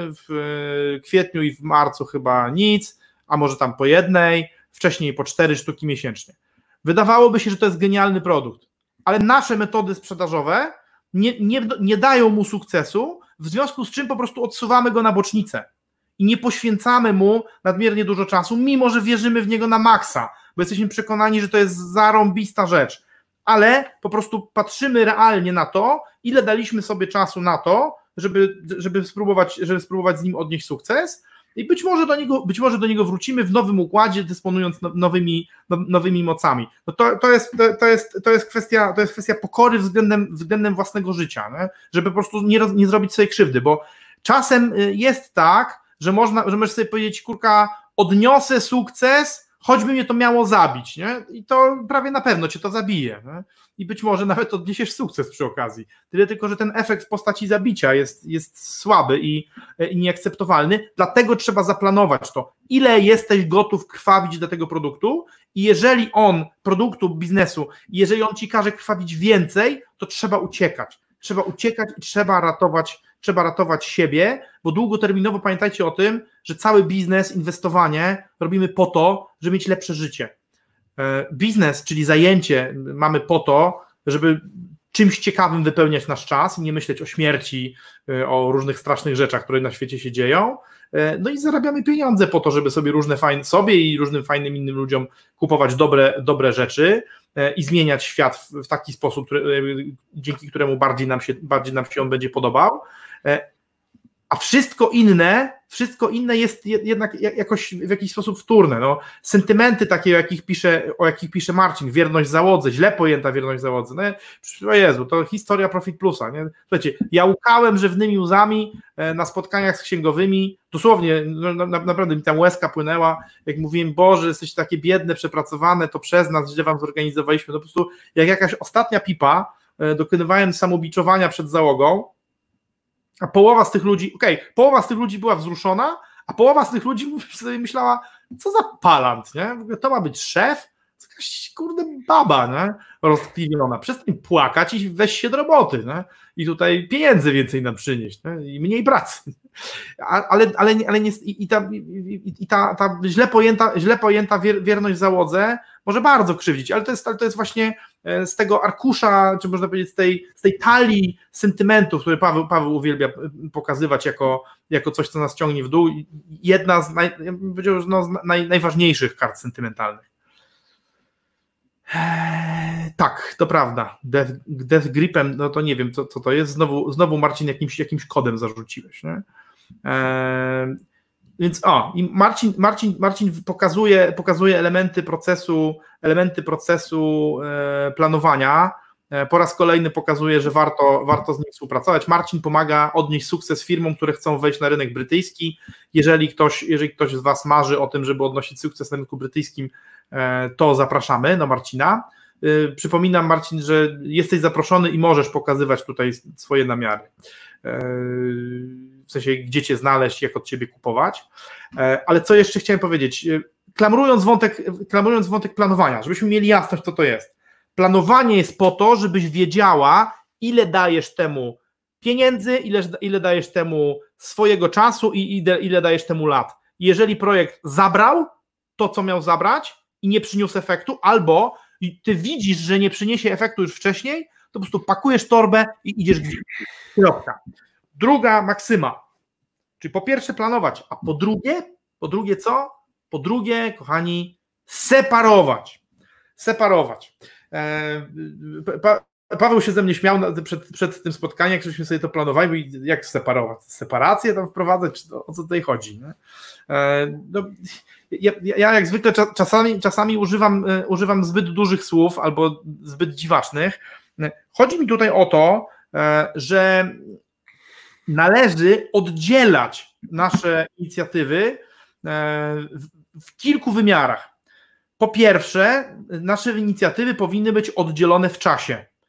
A: W kwietniu i w marcu chyba nic, a może tam po jednej, wcześniej po cztery sztuki miesięcznie. Wydawałoby się, że to jest genialny produkt, ale nasze metody sprzedażowe nie, nie, nie dają mu sukcesu, w związku z czym po prostu odsuwamy go na bocznicę i nie poświęcamy mu nadmiernie dużo czasu, mimo że wierzymy w niego na maksa, bo jesteśmy przekonani, że to jest zarąbista rzecz, ale po prostu patrzymy realnie na to, ile daliśmy sobie czasu na to, żeby, żeby, spróbować, żeby spróbować z nim odnieść sukces i być może do niego, być może do niego wrócimy w nowym układzie, dysponując nowymi, nowymi mocami. No to, to, jest, to, jest, to, jest kwestia, to jest kwestia pokory względem, względem własnego życia, nie? Żeby po prostu nie, nie zrobić sobie krzywdy, bo czasem jest tak, że można, że możesz sobie powiedzieć, kurka, odniosę sukces, choćby mnie to miało zabić, nie? I to prawie na pewno cię to zabije, nie? I być może nawet odniesiesz sukces przy okazji. Tyle tylko, że ten efekt w postaci zabicia jest, jest słaby i, i nieakceptowalny, dlatego trzeba zaplanować to, ile jesteś gotów krwawić do tego produktu i jeżeli on, produktu, biznesu, jeżeli on ci każe krwawić więcej, to trzeba uciekać. Trzeba uciekać i trzeba ratować, trzeba ratować siebie, bo długoterminowo pamiętajcie o tym, że cały biznes, inwestowanie robimy po to, żeby mieć lepsze życie. Biznes, czyli zajęcie mamy po to, żeby czymś ciekawym wypełniać nasz czas i nie myśleć o śmierci, o różnych strasznych rzeczach, które na świecie się dzieją. No i zarabiamy pieniądze po to, żeby sobie różne fajne, sobie i różnym fajnym innym ludziom kupować dobre, dobre rzeczy i zmieniać świat w, w taki sposób, który, dzięki któremu bardziej nam się, bardziej nam się on będzie podobał. A wszystko inne, wszystko inne jest jednak jakoś w jakiś sposób wtórne. No, sentymenty takie, o jakich pisze, o jakich pisze Marcin, wierność załodze, źle pojęta wierność załodze. No, o Jezu, to historia Profit Plusa. Nie? Słuchajcie, ja łkałem rzewnymi łzami na spotkaniach z księgowymi, dosłownie, no, naprawdę mi tam łezka płynęła, jak mówiłem, Boże, jesteście takie biedne, przepracowane, to przez nas źle wam zorganizowaliśmy. No, po prostu jak jakaś ostatnia pipa, dokonywałem samobiczowania przed załogą, a połowa z tych ludzi, okej, okay, połowa z tych ludzi była wzruszona, a połowa z tych ludzi sobie myślała, co za palant, nie? W ogóle to ma być szef? To jakaś, kurde, baba, nie? Roztkliwiona. Przestań płakać i weź się do roboty, nie? I tutaj pieniędzy więcej nam przynieść, nie? I mniej pracy. A, ale, ale, ale nie, i, i, ta, i, i ta, ta źle pojęta, źle pojęta wierność załodze może bardzo krzywdzić, ale to jest, ale to jest właśnie z tego arkusza, czy można powiedzieć z tej, z tej talii sentymentów, które Paweł, Paweł uwielbia pokazywać jako, jako coś, co nas ciągnie w dół, jedna z, naj, ja bym powiedział, no, z naj, najważniejszych kart sentymentalnych. Eee, tak, to prawda. Death, death Gripem, no to nie wiem, co, co to jest. Znowu, znowu Marcin jakimś, jakimś kodem zarzuciłeś, nie? Eee, Więc o, i Marcin, Marcin, Marcin pokazuje, pokazuje elementy procesu, elementy procesu e, planowania. E, po raz kolejny pokazuje, że warto, warto z nim współpracować. Marcin pomaga odnieść sukces firmom, które chcą wejść na rynek brytyjski. Jeżeli ktoś, jeżeli ktoś z Was marzy o tym, żeby odnosić sukces na rynku brytyjskim, e, to zapraszamy do Marcina. E, przypominam, Marcin, że jesteś zaproszony i możesz pokazywać tutaj swoje namiary. E, w sensie gdzie Cię znaleźć, jak od Ciebie kupować, ale co jeszcze chciałem powiedzieć, klamrując wątek, klamrując wątek planowania, żebyśmy mieli jasność, co to jest. Planowanie jest po to, żebyś wiedziała, ile dajesz temu pieniędzy, ile, ile dajesz temu swojego czasu i ile, ile dajesz temu lat. Jeżeli projekt zabrał to, co miał zabrać i nie przyniósł efektu, albo Ty widzisz, że nie przyniesie efektu już wcześniej, to po prostu pakujesz torbę i idziesz gdzieś. Kropka. Druga maksyma, czyli po pierwsze planować, a po drugie, po drugie co? Po drugie, kochani, separować. Separować. Pa, Paweł się ze mnie śmiał przed, przed tym spotkaniem, jak żeśmy sobie to planowali, jak separować? Separację tam wprowadzać? Czy to, o co tutaj chodzi? Nie? No, ja, ja jak zwykle czasami, czasami używam, używam zbyt dużych słów albo zbyt dziwacznych. Chodzi mi tutaj o to, że należy oddzielać nasze inicjatywy w kilku wymiarach. Po pierwsze, nasze inicjatywy powinny być oddzielone w czasie.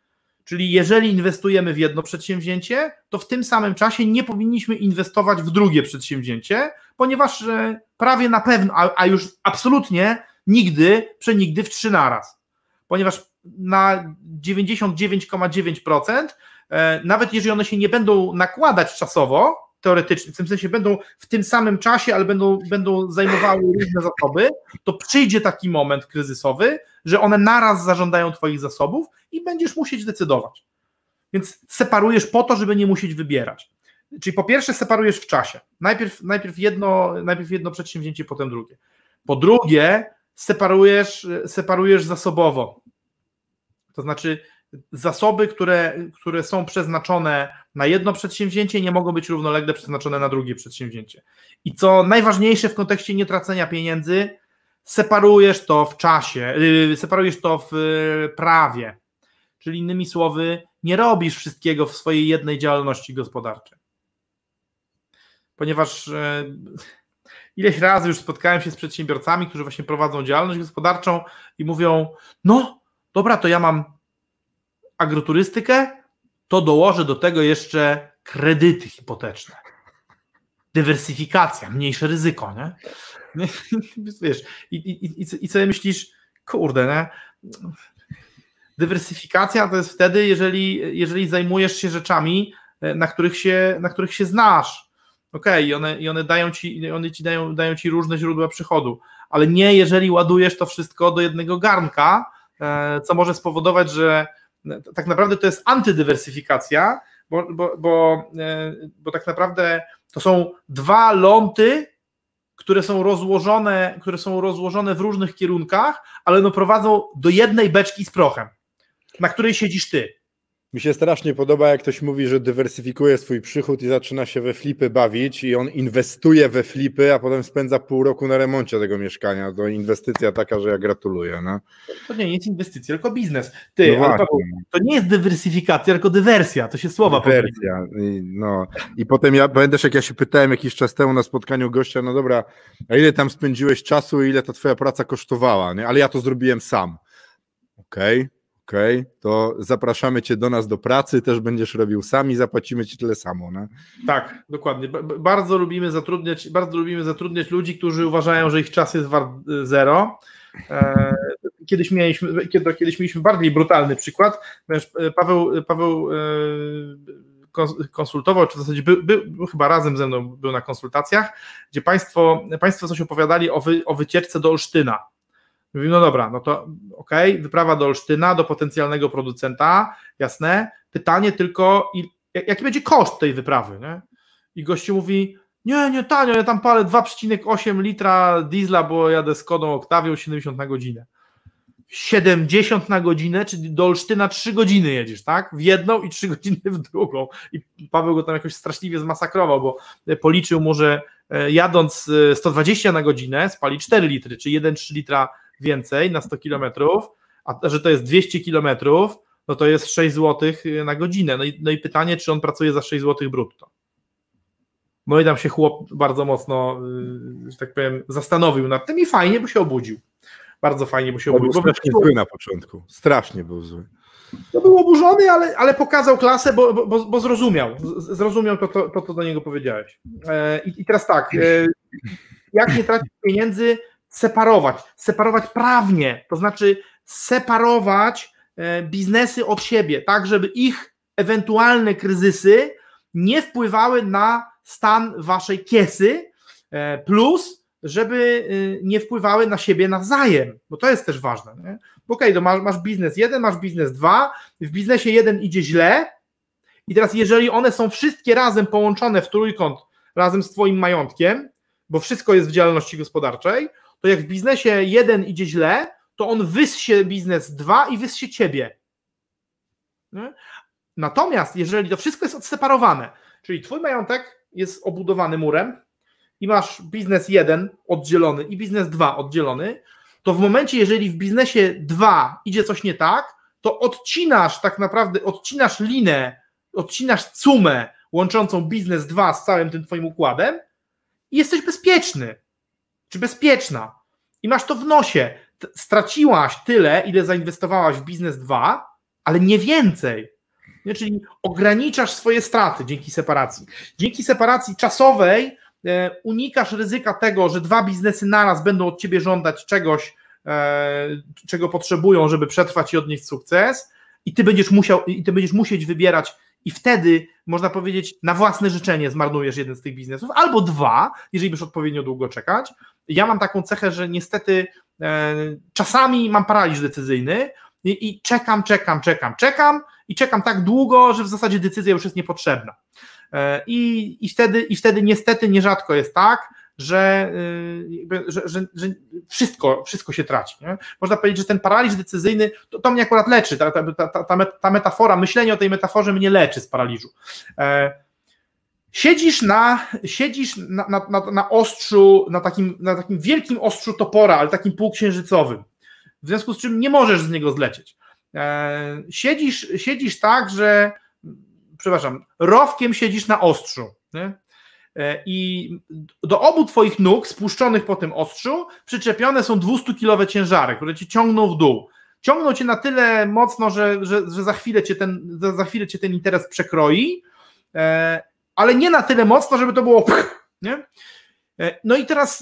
A: Czyli jeżeli inwestujemy w jedno przedsięwzięcie, to w tym samym czasie nie powinniśmy inwestować w drugie przedsięwzięcie, ponieważ prawie na pewno, a, a już absolutnie nigdy, przenigdy w trzy naraz. Ponieważ na dziewięćdziesiąt dziewięć przecinek dziewięć procent, nawet jeżeli one się nie będą nakładać czasowo, teoretycznie, w tym sensie będą w tym samym czasie, ale będą, będą zajmowały różne zasoby, to przyjdzie taki moment kryzysowy, że one naraz zażądają twoich zasobów i będziesz musieć decydować. Więc separujesz po to, żeby nie musieć wybierać. Czyli po pierwsze separujesz w czasie. Najpierw, najpierw, jedno, najpierw jedno przedsięwzięcie, potem drugie. Po drugie separujesz, separujesz zasobowo. To znaczy zasoby, które, które są przeznaczone na jedno przedsięwzięcie, nie mogą być równolegle przeznaczone na drugie przedsięwzięcie. I co najważniejsze w kontekście nietracenia pieniędzy, separujesz to w czasie, yy, separujesz to w yy, prawie. Czyli innymi słowy, nie robisz wszystkiego w swojej jednej działalności gospodarczej. Ponieważ yy, ileś razy już spotkałem się z przedsiębiorcami, którzy właśnie prowadzą działalność gospodarczą i mówią, no dobra, to ja mam agroturystykę, to dołożę do tego jeszcze kredyty hipoteczne. Dywersyfikacja, mniejsze ryzyko, nie? Wiesz, i, i, i, i sobie myślisz, kurde, nie? Dywersyfikacja to jest wtedy, jeżeli, jeżeli zajmujesz się rzeczami, na których się, na których się znasz. Okej, okay, i one, i one dają ci, one ci dają, dają ci różne źródła przychodu, ale nie jeżeli ładujesz to wszystko do jednego garnka, co może spowodować, że tak naprawdę to jest antydywersyfikacja, bo, bo, bo, bo tak naprawdę to są dwa ląty, które są rozłożone, które są rozłożone w różnych kierunkach, ale no prowadzą do jednej beczki z prochem, na której siedzisz ty.
B: Mi się strasznie podoba, jak ktoś mówi, że dywersyfikuje swój przychód i zaczyna się we flipy bawić i on inwestuje we flipy, a potem spędza pół roku na remoncie tego mieszkania. To inwestycja taka, że ja gratuluję. No.
A: To nie jest inwestycja, tylko biznes. Ty,
B: no
A: ale Paweł, to nie jest dywersyfikacja, tylko dywersja, to się słowa
B: Dywersja. I, no. I potem ja, pamiętasz, jak ja się pytałem jakiś czas temu na spotkaniu gościa, no dobra, a ile tam spędziłeś czasu i ile ta twoja praca kosztowała, nie? Ale ja to zrobiłem sam. Okej. Okay. Okej, okay, to zapraszamy cię do nas do pracy, też będziesz robił sam i zapłacimy ci tyle samo. No?
A: Tak, dokładnie. Bardzo lubimy zatrudniać, bardzo lubimy zatrudniać ludzi, którzy uważają, że ich czas jest wart zero. Kiedyś mieliśmy, kiedyś mieliśmy bardziej brutalny przykład. Paweł, Paweł konsultował, czy w zasadzie był, był chyba razem ze mną był na konsultacjach, gdzie państwo, państwo coś opowiadali o, wy, o wycieczce do Olsztyna. Mówimy, no dobra, no to okej, okay, wyprawa do Olsztyna, do potencjalnego producenta, jasne, pytanie tylko, jaki będzie koszt tej wyprawy, nie? I gościu mówi, nie, nie tanio, ja tam palę dwa przecinek osiem litra diesla, bo jadę Skodą Octavią siedemdziesiąt na godzinę. siedemdziesiąt na godzinę, czyli do Olsztyna trzy godziny jedziesz, tak? W jedną i trzy godziny w drugą. I Paweł go tam jakoś straszliwie zmasakrował, bo policzył mu, że jadąc sto dwadzieścia na godzinę spali cztery litry, czyli jeden przecinek trzy litra więcej na sto kilometrów, a że to jest dwieście kilometrów, no to jest sześć złotych na godzinę. No i, no i pytanie, czy on pracuje za sześć złotych brutto. No i tam się chłop bardzo mocno, że tak powiem, zastanowił nad tym i fajnie, bo się obudził. Bardzo fajnie, bo się obudził.
B: Był strasznie zły na początku. Strasznie był zły.
A: No był oburzony, ale, ale pokazał klasę, bo, bo, bo zrozumiał. Zrozumiał to, to, to, co do niego powiedziałeś. I, i teraz tak, jak nie tracić pieniędzy, separować, separować prawnie, to znaczy separować biznesy od siebie, tak żeby ich ewentualne kryzysy nie wpływały na stan waszej kiesy, plus żeby nie wpływały na siebie nawzajem, bo to jest też ważne. Nie? Bo okej, okay, masz, masz biznes jeden, masz biznes dwa, w biznesie jeden idzie źle i teraz jeżeli one są wszystkie razem połączone w trójkąt razem z twoim majątkiem, bo wszystko jest w działalności gospodarczej, to jak w biznesie jeden idzie źle, to on wyssie biznes dwa i wyssie ciebie. Nie? Natomiast jeżeli to wszystko jest odseparowane, czyli twój majątek jest obudowany murem i masz biznes jeden oddzielony i biznes dwa oddzielony, to w momencie, jeżeli w biznesie dwa idzie coś nie tak, to odcinasz tak naprawdę, odcinasz linę, odcinasz cumę łączącą biznes dwa z całym tym twoim układem i jesteś bezpieczny, czy bezpieczna i masz to w nosie. Straciłaś tyle, ile zainwestowałaś w biznes dwa, ale nie więcej. nie? Czyli ograniczasz swoje straty dzięki separacji. Dzięki separacji czasowej e, unikasz ryzyka tego, że dwa biznesy naraz będą od ciebie żądać czegoś, e, czego potrzebują, żeby przetrwać i odnieść sukces, i ty będziesz musiał, i ty będziesz musieć wybierać, i wtedy, można powiedzieć, na własne życzenie zmarnujesz jeden z tych biznesów, albo dwa, jeżeli będziesz odpowiednio długo czekać. Ja mam taką cechę, że niestety e, czasami mam paraliż decyzyjny i, i czekam, czekam, czekam, czekam i czekam tak długo, że w zasadzie decyzja już jest niepotrzebna. E, i, i, wtedy, I wtedy niestety nierzadko jest tak, że, y, że, że, że wszystko, wszystko się traci. Nie? Można powiedzieć, że ten paraliż decyzyjny, to, to mnie akurat leczy, ta, ta, ta, ta, ta metafora, myślenie o tej metaforze mnie leczy z paraliżu. E, siedzisz na, siedzisz na, na, na, na ostrzu, na takim, na takim wielkim ostrzu topora, ale takim półksiężycowym, w związku z czym nie możesz z niego zlecieć. E, siedzisz, siedzisz tak, że, przepraszam, rowkiem siedzisz na ostrzu, nie? I do obu twoich nóg spuszczonych po tym ostrzu przyczepione są dwustukilowe ciężary, które cię ciągną w dół. Ciągną cię na tyle mocno, że, że, że za, chwilę cię ten, za chwilę cię ten interes przekroi, ale nie na tyle mocno, żeby to było nie? No i teraz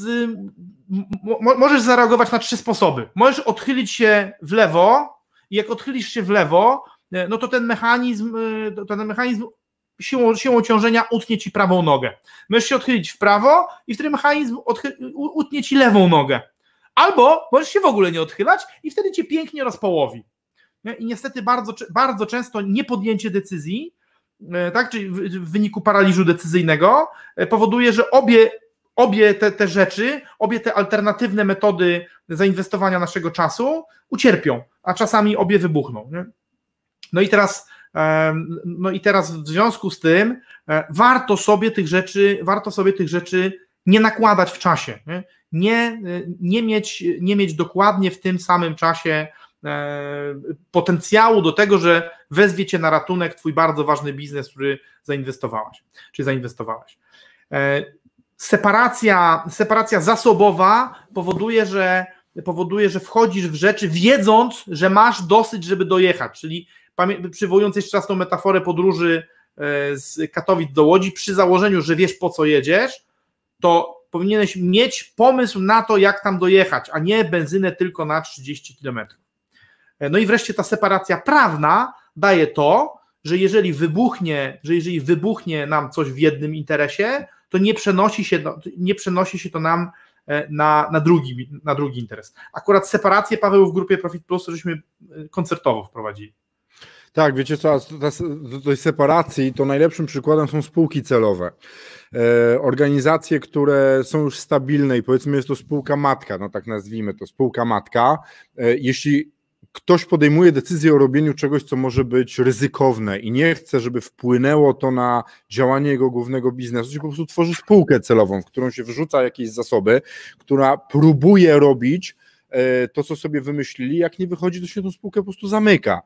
A: możesz zareagować na trzy sposoby. Możesz odchylić się w lewo i jak odchylisz się w lewo, no to ten mechanizm, to ten mechanizm Siłą, siłą ciążenia utnie ci prawą nogę. Możesz się odchylić w prawo i wtedy mechanizm odchy- utnie ci lewą nogę. Albo możesz się w ogóle nie odchylać i wtedy cię pięknie rozpołowi. I niestety bardzo, bardzo często niepodjęcie decyzji, tak, czyli w, w wyniku paraliżu decyzyjnego powoduje, że obie, obie te, te rzeczy, obie te alternatywne metody zainwestowania naszego czasu ucierpią, a czasami obie wybuchną. Nie? No i teraz No i teraz w związku z tym warto sobie tych rzeczy, warto sobie tych rzeczy nie nakładać w czasie, nie, nie, nie, mieć, nie mieć dokładnie w tym samym czasie potencjału do tego, że wezwie cię na ratunek twój bardzo ważny biznes, który zainwestowałaś, czy zainwestowałaś. Separacja, separacja zasobowa powoduje, że powoduje, że wchodzisz w rzeczy wiedząc, że masz dosyć, żeby dojechać, czyli przywołując jeszcze raz tą metaforę podróży z Katowic do Łodzi, przy założeniu, że wiesz po co jedziesz, to powinieneś mieć pomysł na to, jak tam dojechać, a nie benzynę tylko na trzydzieści kilometrów. No i wreszcie ta separacja prawna daje to, że jeżeli wybuchnie, że jeżeli wybuchnie nam coś w jednym interesie, to nie przenosi się, nie przenosi się to nam na, na, drugi, na drugi interes. Akurat separację, Paweł, w grupie Profit Plus żeśmy koncertowo wprowadzili.
B: Tak, wiecie co, do tej separacji to najlepszym przykładem są spółki celowe. E, organizacje, które są już stabilne i powiedzmy jest to spółka matka, no tak nazwijmy to, spółka matka. E, jeśli ktoś podejmuje decyzję o robieniu czegoś, co może być ryzykowne i nie chce, żeby wpłynęło to na działanie jego głównego biznesu, to po prostu tworzy spółkę celową, w którą się wrzuca jakieś zasoby, która próbuje robić to, co sobie wymyślili, jak nie wychodzi, to się tę spółkę po prostu zamyka.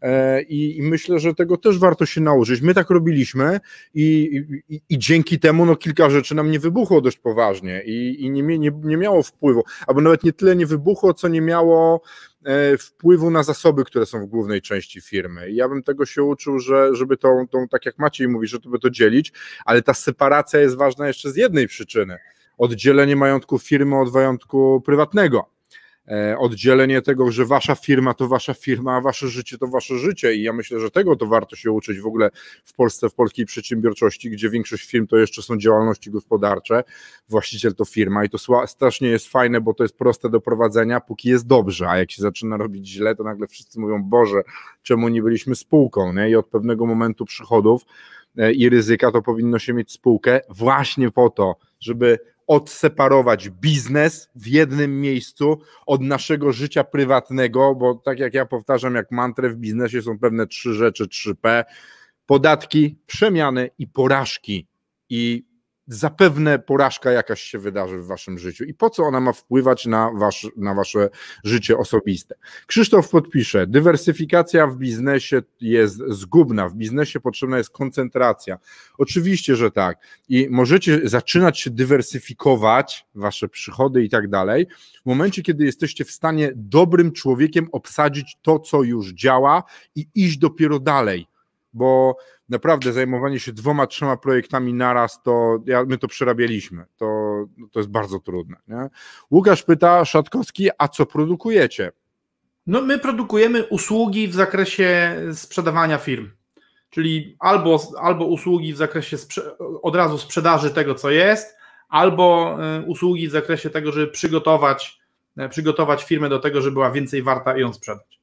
B: I, i myślę, że tego też warto się nauczyć. My tak robiliśmy i, i, i dzięki temu no, kilka rzeczy nam nie wybuchło dość poważnie i, i nie, nie, nie miało wpływu, albo nawet nie tyle nie wybuchło, co nie miało wpływu na zasoby, które są w głównej części firmy. I ja bym tego się uczył, że żeby tą, tą tak jak Maciej mówi, żeby to dzielić, ale ta separacja jest ważna jeszcze z jednej przyczyny. Oddzielenie majątku firmy od majątku prywatnego. Oddzielenie tego, że wasza firma to wasza firma, a wasze życie to wasze życie i ja myślę, że tego to warto się uczyć w ogóle w Polsce, w polskiej przedsiębiorczości, gdzie większość firm to jeszcze są działalności gospodarcze, właściciel to firma i to strasznie jest fajne, bo to jest proste do prowadzenia, póki jest dobrze, a jak się zaczyna robić źle, to nagle wszyscy mówią, Boże, czemu nie byliśmy spółką, nie? I od pewnego momentu przychodów i ryzyka to powinno się mieć spółkę właśnie po to, żeby odseparować biznes w jednym miejscu od naszego życia prywatnego, bo tak jak ja powtarzam, jak mantrę w biznesie są pewne trzy rzeczy, trzy P, podatki, przemiany i porażki i zapewne porażka jakaś się wydarzy w waszym życiu i po co ona ma wpływać na, wasz, na wasze życie osobiste. Krzysztof podpisze, dywersyfikacja w biznesie jest zgubna, w biznesie potrzebna jest koncentracja. Oczywiście, że tak i możecie zaczynać się dywersyfikować, wasze przychody i tak dalej, w momencie, kiedy jesteście w stanie dobrym człowiekiem obsadzić to, co już działa i iść dopiero dalej. bo naprawdę zajmowanie się dwoma, trzema projektami naraz, to ja, my to przerabialiśmy, to, to jest bardzo trudne. Nie? Łukasz pyta, Szatkowski, a co produkujecie?
A: No my produkujemy usługi w zakresie sprzedawania firm, czyli albo, albo usługi w zakresie sprze- od razu sprzedaży tego, co jest, albo usługi w zakresie tego, żeby przygotować, przygotować firmę do tego, żeby była więcej warta i ją sprzedać.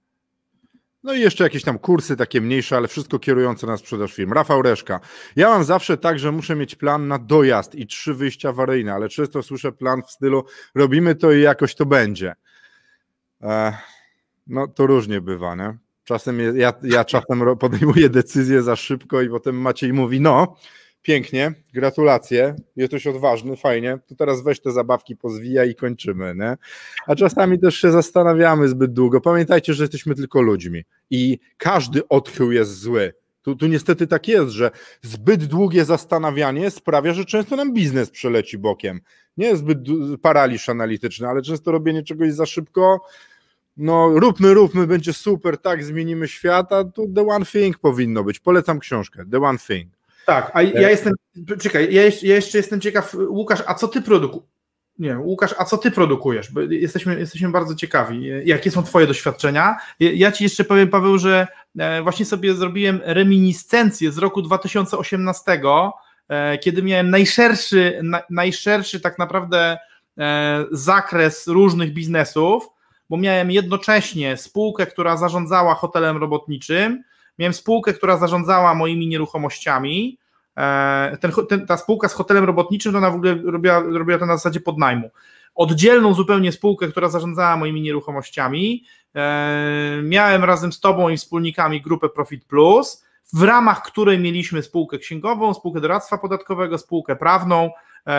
B: No i jeszcze jakieś tam kursy takie mniejsze, ale wszystko kierujące na sprzedaż firm. Rafał Reszka. Ja mam zawsze tak, że muszę mieć plan na dojazd i trzy wyjścia awaryjne, ale często słyszę plan w stylu robimy to i jakoś to będzie. Ech, no to różnie bywa, nie? Czasem je, ja, ja czasem podejmuję decyzję za szybko i potem Maciej mówi, no pięknie, gratulacje, jesteś odważny, fajnie, to teraz weź te zabawki, pozwijaj i kończymy, nie? A czasami też się zastanawiamy zbyt długo. Pamiętajcie, że jesteśmy tylko ludźmi i każdy odchył jest zły. Tu, tu niestety tak jest, że zbyt długie zastanawianie sprawia, że często nam biznes przeleci bokiem. Nie jest zbyt paraliż analityczny, ale często robienie czegoś za szybko, no róbmy, róbmy, będzie super, tak, zmienimy świat, a tu The One Thing powinno być. Polecam książkę, The One Thing.
A: Tak, a ja jestem, czekaj, ja jeszcze, ja jeszcze jestem ciekaw, Łukasz, a co ty produkujesz? Nie, Łukasz, a co ty produkujesz? Bo jesteśmy, jesteśmy bardzo ciekawi, jakie są twoje doświadczenia. Ja ci jeszcze powiem, Paweł, że właśnie sobie zrobiłem reminiscencję z roku dwa tysiące osiemnastego, kiedy miałem najszerszy, najszerszy tak naprawdę zakres różnych biznesów, bo miałem jednocześnie spółkę, która zarządzała hotelem robotniczym, miałem spółkę, która zarządzała moimi nieruchomościami. Ten, ten, ta spółka z hotelem robotniczym, to ona w ogóle robiła, robiła to na zasadzie podnajmu. Oddzielną zupełnie spółkę, która zarządzała moimi nieruchomościami. Miałem razem z tobą i wspólnikami grupę Profit Plus, w ramach której mieliśmy spółkę księgową, spółkę doradztwa podatkowego, spółkę prawną,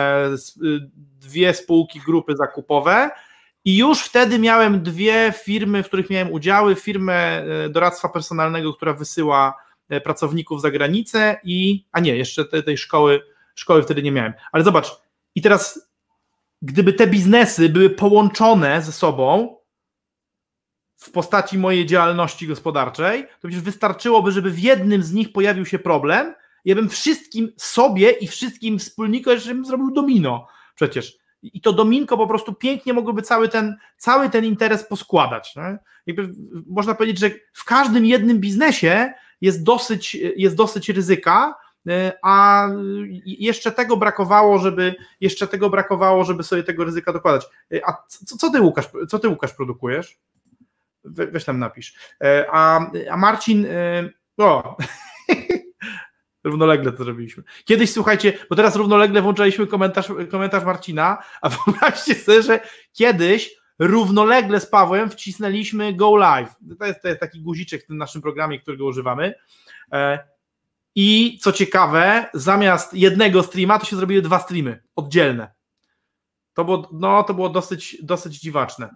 A: dwie spółki grupy zakupowe. I już wtedy miałem dwie firmy, w których miałem udziały, firmę doradztwa personalnego, która wysyła pracowników za granicę i, a nie, jeszcze tej, tej szkoły, szkoły wtedy nie miałem. Ale zobacz, i teraz gdyby te biznesy były połączone ze sobą w postaci mojej działalności gospodarczej, to przecież wystarczyłoby, żeby w jednym z nich pojawił się problem, ja bym wszystkim sobie i wszystkim wspólnikom jeszcze bym zrobił domino przecież. I to dominko po prostu pięknie mogłoby cały ten, cały ten interes poskładać. Nie? Jakby można powiedzieć, że w każdym jednym biznesie jest dosyć, jest dosyć ryzyka, a jeszcze tego brakowało, żeby jeszcze tego brakowało, żeby sobie tego ryzyka dokładać. A co, co ty, Łukasz, co ty, Łukasz, produkujesz? We, weź tam napisz. A, a Marcin, o, równolegle to zrobiliśmy. Kiedyś, słuchajcie, bo teraz równolegle włączaliśmy komentarz, komentarz Marcina, a wyobraźcie sobie, że kiedyś równolegle z Pawłem wcisnęliśmy Go Live. To jest, to jest taki guziczek w tym naszym programie, którego używamy. I co ciekawe, zamiast jednego streama to się zrobiły dwa streamy oddzielne. To było, no, to było dosyć, dosyć dziwaczne.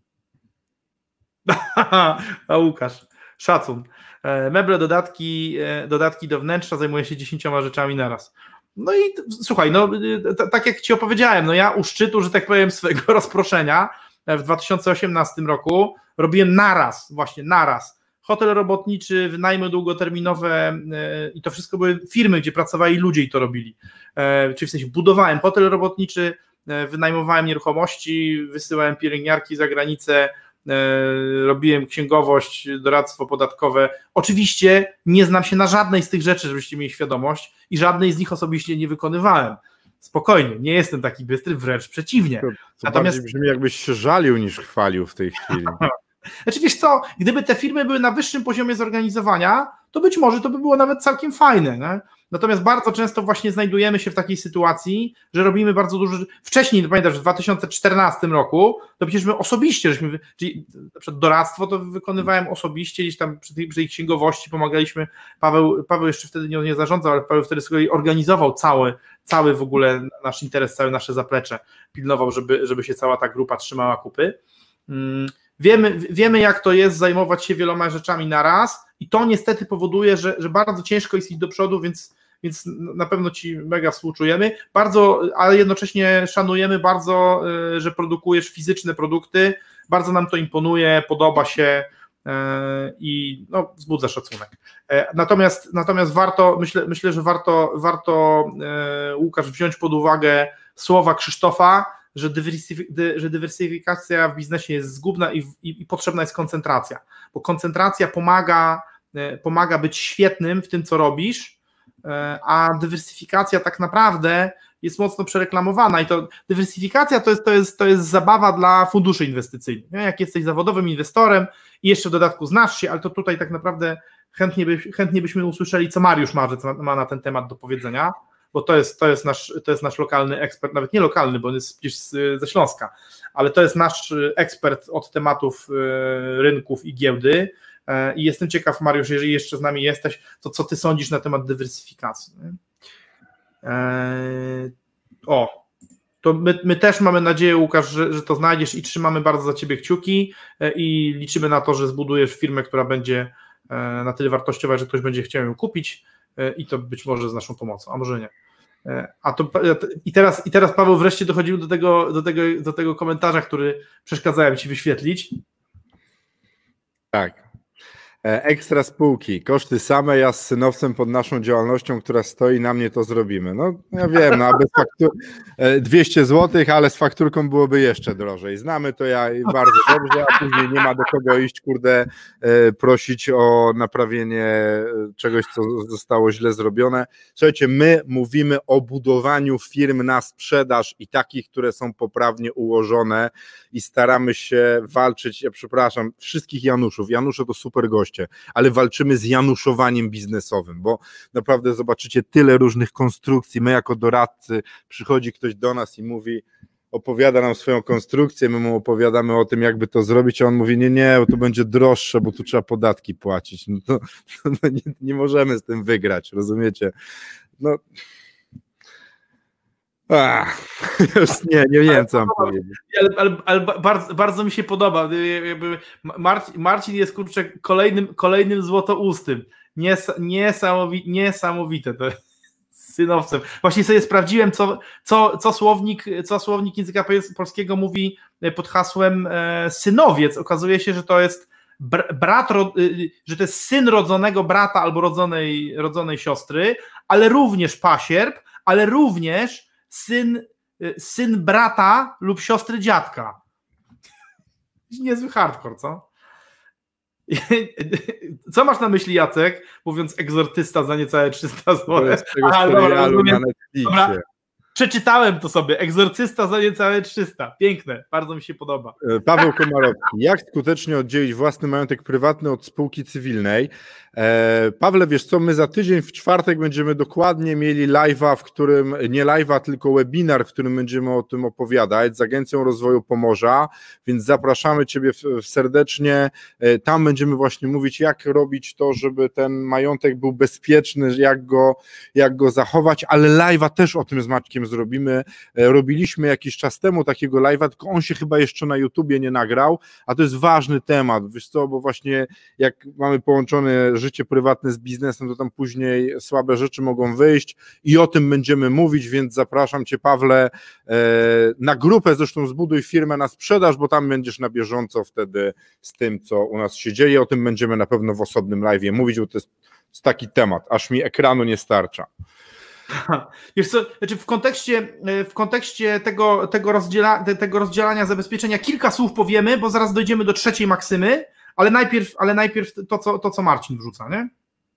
A: A Łukasz, szacun. Meble, dodatki, dodatki do wnętrza, zajmuje się dziesięcioma rzeczami naraz. No i słuchaj, no t- tak jak ci opowiedziałem, no ja u szczytu, że tak powiem, swojego rozproszenia w dwa tysiące osiemnastym roku robiłem naraz, właśnie naraz, hotel robotniczy, wynajmy długoterminowe i to wszystko były firmy, gdzie pracowali ludzie i to robili. Czyli w sensie budowałem hotel robotniczy, wynajmowałem nieruchomości, wysyłałem pielęgniarki za granicę, robiłem księgowość, doradztwo podatkowe. Oczywiście nie znam się na żadnej z tych rzeczy, żebyście mieli świadomość, i żadnej z nich osobiście nie wykonywałem. Spokojnie, nie jestem taki bystry, wręcz przeciwnie.
B: To, to
A: Natomiast
B: bardziej brzmi, jakbyś się żalił niż chwalił w tej chwili.
A: Znaczy wiesz co, gdyby te firmy były na wyższym poziomie zorganizowania, to być może to by było nawet całkiem fajne. Nie? Natomiast bardzo często właśnie znajdujemy się w takiej sytuacji, że robimy bardzo dużo. Wcześniej, pamiętasz, w dwa tysiące czternastym roku, to przecież my osobiście, żeśmy, czyli na przykład doradztwo to wykonywałem osobiście, gdzieś tam przy tej, przy tej księgowości pomagaliśmy. Paweł, Paweł jeszcze wtedy nie, nie zarządzał, ale Paweł wtedy sobie organizował cały, cały w ogóle nasz interes, całe nasze zaplecze, pilnował, żeby, żeby się cała ta grupa trzymała kupy. Hmm. Wiemy, wiemy, jak to jest zajmować się wieloma rzeczami na raz i to niestety powoduje, że, że bardzo ciężko jest iść do przodu, więc, więc na pewno ci mega współczujemy, bardzo, ale jednocześnie szanujemy bardzo, że produkujesz fizyczne produkty, bardzo nam to imponuje, podoba się, i no, wzbudza szacunek. Natomiast, natomiast warto, myślę, myślę, że warto, warto Łukasz wziąć pod uwagę słowa Krzysztofa, że, dywersyfik że dywersyfikacja w biznesie jest zgubna i, i, i potrzebna jest koncentracja, bo koncentracja pomaga, pomaga być świetnym w tym, co robisz, a dywersyfikacja tak naprawdę jest mocno przereklamowana i to dywersyfikacja to jest, to jest, to jest zabawa dla funduszy inwestycyjnych. Nie? Jak jesteś zawodowym inwestorem i jeszcze w dodatku znasz się, ale to tutaj tak naprawdę chętnie, by, chętnie byśmy usłyszeli, co Mariusz Marzec ma na ten temat do powiedzenia, bo to jest, to jest, nasz, to jest nasz lokalny ekspert, nawet nie lokalny, bo on jest przecież ze Śląska, ale to jest nasz ekspert od tematów rynków i giełdy i jestem ciekaw, Mariusz, jeżeli jeszcze z nami jesteś, to co ty sądzisz na temat dywersyfikacji? Nie? O, to my, my też mamy nadzieję, Łukasz, że, że to znajdziesz i trzymamy bardzo za ciebie kciuki i liczymy na to, że zbudujesz firmę, która będzie na tyle wartościowa, że ktoś będzie chciał ją kupić i to być może z naszą pomocą, a może nie. A to, i, teraz, I teraz Paweł wreszcie dochodził do tego, do, tego, do tego komentarza, który przeszkadzałem ci wyświetlić.
B: Tak. Ekstra spółki, koszty same, ja z synowcem pod naszą działalnością, która stoi na mnie, to zrobimy. No ja wiem, no, a bez faktur dwieście złotych, ale z fakturką byłoby jeszcze drożej. Znamy to ja bardzo dobrze, a później nie ma do kogo iść, kurde, prosić o naprawienie czegoś, co zostało źle zrobione. Słuchajcie, my mówimy o budowaniu firm na sprzedaż i takich, które są poprawnie ułożone i staramy się walczyć, ja przepraszam, wszystkich Januszów, Janusze to super goście, ale walczymy z januszowaniem biznesowym, bo naprawdę zobaczycie tyle różnych konstrukcji, my jako doradcy, przychodzi ktoś do nas i mówi, opowiada nam swoją konstrukcję, my mu opowiadamy o tym, jakby to zrobić, a on mówi, nie, nie, bo to będzie droższe, bo tu trzeba podatki płacić, no to, to nie, nie możemy z tym wygrać, rozumiecie? No... Ach, już nie, nie wiem, co mam powiedzieć.
A: Ale, ale, ale bardzo, bardzo mi się podoba. Marcin, Marcin jest, kurczę, kolejnym, kolejnym złotoustym. Nies, niesamowite, niesamowite to jest z synowcem. Właśnie sobie sprawdziłem, co, co, co, słownik, co słownik języka polskiego mówi pod hasłem e, synowiec. Okazuje się, że to jest brat, że to jest syn rodzonego brata albo rodzonej, rodzonej siostry, ale również pasierb, ale również syn, syn brata lub siostry dziadka. Niezły hardcore, co? Co masz na myśli, Jacek, mówiąc egzortysta za niecałe trzysta złotych?
B: Aha, dobra, dobra, dobra.
A: Przeczytałem to sobie, egzorcysta za niecałe trzysta. Piękne, bardzo mi się podoba.
B: Paweł Komarowski, jak skutecznie oddzielić własny majątek prywatny od spółki cywilnej? E, Pawle, wiesz co, my za tydzień w czwartek będziemy dokładnie mieli live'a, w którym, nie live'a, tylko webinar, w którym będziemy o tym opowiadać z Agencją Rozwoju Pomorza, więc zapraszamy Ciebie w, w serdecznie. E, tam będziemy właśnie mówić, jak robić to, żeby ten majątek był bezpieczny, jak go, jak go zachować, ale live'a też o tym z Maćkiem zrobimy. E, robiliśmy jakiś czas temu takiego live'a, tylko on się chyba jeszcze na YouTubie nie nagrał, a to jest ważny temat, wiesz co, bo właśnie jak mamy połączone życie prywatne z biznesem, to tam później słabe rzeczy mogą wyjść i o tym będziemy mówić, więc zapraszam Cię, Pawle, na grupę, zresztą Zbuduj Firmę na Sprzedaż, bo tam będziesz na bieżąco wtedy z tym, co u nas się dzieje, o tym będziemy na pewno w osobnym live'ie mówić, bo to jest, to jest taki temat, aż mi ekranu nie starcza.
A: Wiesz co, znaczy w kontekście, w kontekście tego, tego, rozdziela, tego rozdzielania zabezpieczenia kilka słów powiemy, bo zaraz dojdziemy do trzeciej maksymy, ale najpierw, ale najpierw to, co, to, co Marcin wrzuca, nie?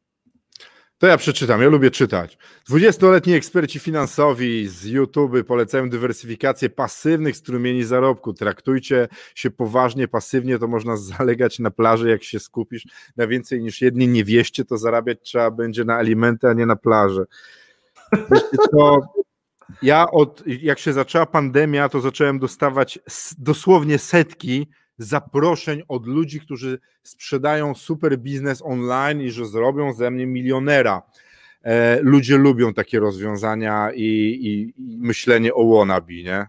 B: To ja przeczytam, ja lubię czytać. dwudziestoletni eksperci finansowi z YouTube polecają dywersyfikację pasywnych strumieni zarobku. Traktujcie się poważnie, pasywnie, to można zalegać na plaży, jak się skupisz na więcej niż jednej niewieście, to zarabiać trzeba będzie na alimenty, a nie na plaży. Wiecie co, ja od, jak się zaczęła pandemia, to zacząłem dostawać dosłownie setki zaproszeń od ludzi, którzy sprzedają super biznes online i że zrobią ze mnie milionera. E, ludzie lubią takie rozwiązania i, i, i myślenie o wannabe, nie?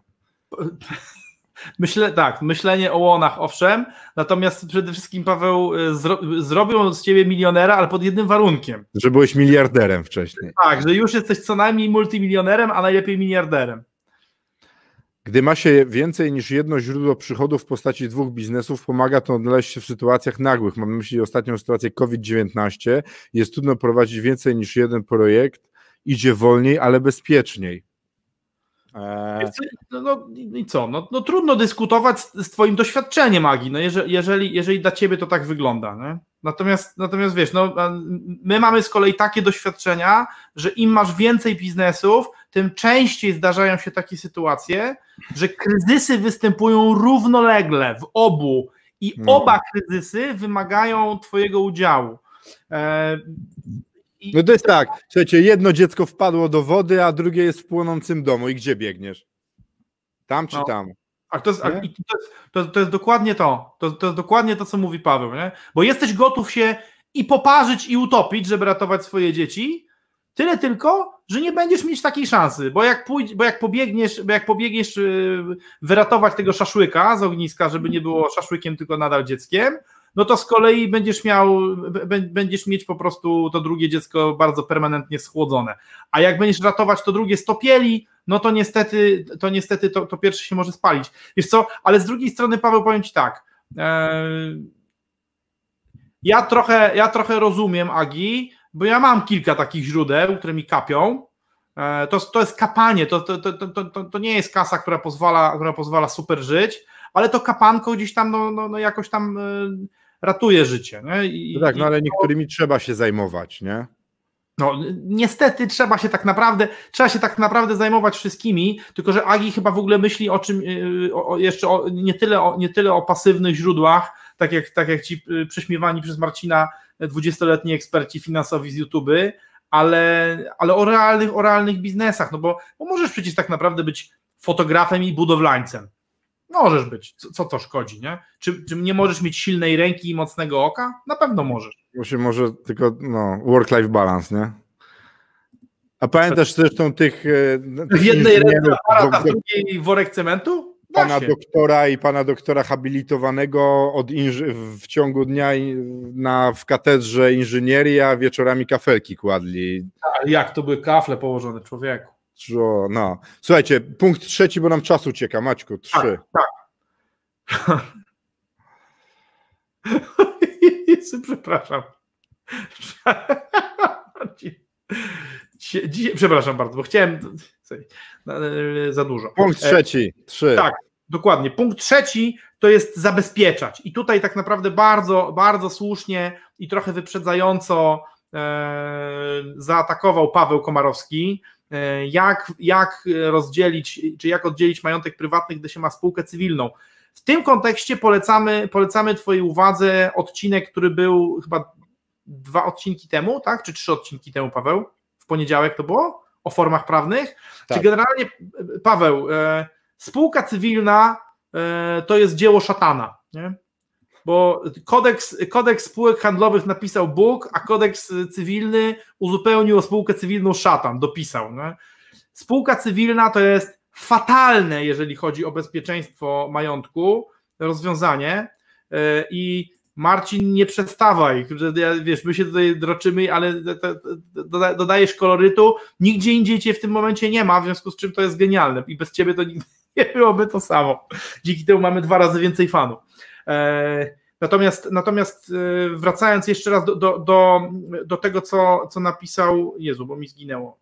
A: Myślę, tak, myślenie o łonach, owszem, natomiast przede wszystkim, Paweł, zro, zrobią z ciebie milionera, ale pod jednym warunkiem.
B: Że byłeś miliarderem wcześniej.
A: Tak, że już jesteś co najmniej multimilionerem, a najlepiej miliarderem.
B: Gdy ma się więcej niż jedno źródło przychodów w postaci dwóch biznesów, pomaga to odnaleźć się w sytuacjach nagłych. Mam na myśli ostatnią sytuację COVID dziewiętnaście. Jest trudno prowadzić więcej niż jeden projekt. Idzie wolniej, ale bezpieczniej.
A: Eee... No, no i co? No, no trudno dyskutować z, z twoim doświadczeniem, Agi, no jeżeli, jeżeli, jeżeli dla ciebie to tak wygląda. Nie? Natomiast, natomiast wiesz, no, my mamy z kolei takie doświadczenia, że im masz więcej biznesów, tym częściej zdarzają się takie sytuacje, że kryzysy występują równolegle w obu i no. oba kryzysy wymagają twojego udziału. Eee...
B: I... No to jest tak, słuchajcie, jedno dziecko wpadło do wody, a drugie jest w płonącym domu i gdzie biegniesz? Tam czy no. tam?
A: A to jest, a, to, jest, to, to jest dokładnie to. to, to jest dokładnie to, co mówi Paweł, nie? Bo jesteś gotów się i poparzyć i utopić, żeby ratować swoje dzieci, tyle tylko, że nie będziesz mieć takiej szansy, bo jak, pójdzie, bo jak pobiegniesz, bo jak pobiegniesz wyratować tego szaszłyka z ogniska, żeby nie było szaszłykiem, tylko nadal dzieckiem, no to z kolei będziesz miał, będziesz mieć po prostu to drugie dziecko bardzo permanentnie schłodzone. A jak będziesz ratować to drugie z topieli, no to niestety, to niestety to, to pierwsze się może spalić. Wiesz co, ale z drugiej strony, Paweł, powiem ci tak, yy, ja trochę, ja trochę rozumiem, Agi, bo ja mam kilka takich źródeł, które mi kapią. Yy, to, to jest kapanie, to, to, to, to, to nie jest kasa, która pozwala, która pozwala super żyć, ale to kapanko gdzieś tam no, no, no jakoś tam yy, ratuje życie. Nie? I,
B: no tak, no ale
A: i,
B: niektórymi trzeba się zajmować, nie?
A: No niestety trzeba się tak naprawdę, trzeba się tak naprawdę zajmować wszystkimi, tylko że Agi chyba w ogóle myśli o czym, o, o jeszcze o, nie, tyle o, nie tyle o pasywnych źródłach, tak jak, tak jak ci prześmiewani przez Marcina dwudziestoletni eksperci finansowi z YouTube, ale, ale o realnych, o realnych biznesach, no bo, bo możesz przecież tak naprawdę być fotografem i budowlańcem. Możesz być, co, co to szkodzi, nie? Czy, czy nie możesz mieć silnej ręki i mocnego oka? Na pewno możesz.
B: Może, może tylko no, work-life balance, nie? A pamiętasz zresztą tych...
A: W jednej ręce aparat, a w drugiej worek cementu? Da
B: pana
A: się.
B: doktora i pana doktora habilitowanego od inż- w ciągu dnia na, w katedrze inżynierii, a wieczorami kafelki kładli.
A: Ale jak to były kafle położone, człowieku?
B: No. Słuchajcie, punkt trzeci, bo nam czas ucieka. Maćku, trzy.
A: Tak, tak. Jezu, przepraszam. Dzisiaj, przepraszam bardzo, bo chciałem za dużo.
B: Punkt trzeci, trzy.
A: Tak, dokładnie. Punkt trzeci to jest zabezpieczać. I tutaj tak naprawdę bardzo, bardzo słusznie i trochę wyprzedzająco e, zaatakował Paweł Komarowski. Jak, jak rozdzielić, czy jak oddzielić majątek prywatny, gdy się ma spółkę cywilną. W tym kontekście polecamy, polecamy twojej uwadze odcinek, który był chyba dwa odcinki temu, tak? Czy trzy odcinki temu, Paweł? W poniedziałek to było? O formach prawnych? Tak. Czy generalnie, Paweł, e, spółka cywilna e, to jest dzieło szatana, nie? Bo kodeks, kodeks spółek handlowych napisał Bóg, a kodeks cywilny uzupełnił o spółkę cywilną szatan, dopisał. Nie? Spółka cywilna to jest fatalne, jeżeli chodzi o bezpieczeństwo majątku, rozwiązanie i Marcin, nie przestawaj, wiesz, my się tutaj droczymy, ale dodajesz kolorytu, nigdzie indziej cię w tym momencie nie ma, w związku z czym to jest genialne i bez ciebie to nigdy nie byłoby to samo. Dzięki temu mamy dwa razy więcej fanów. Natomiast, natomiast wracając jeszcze raz do, do, do, do tego, co, co napisał, Jezu, bo mi zginęło,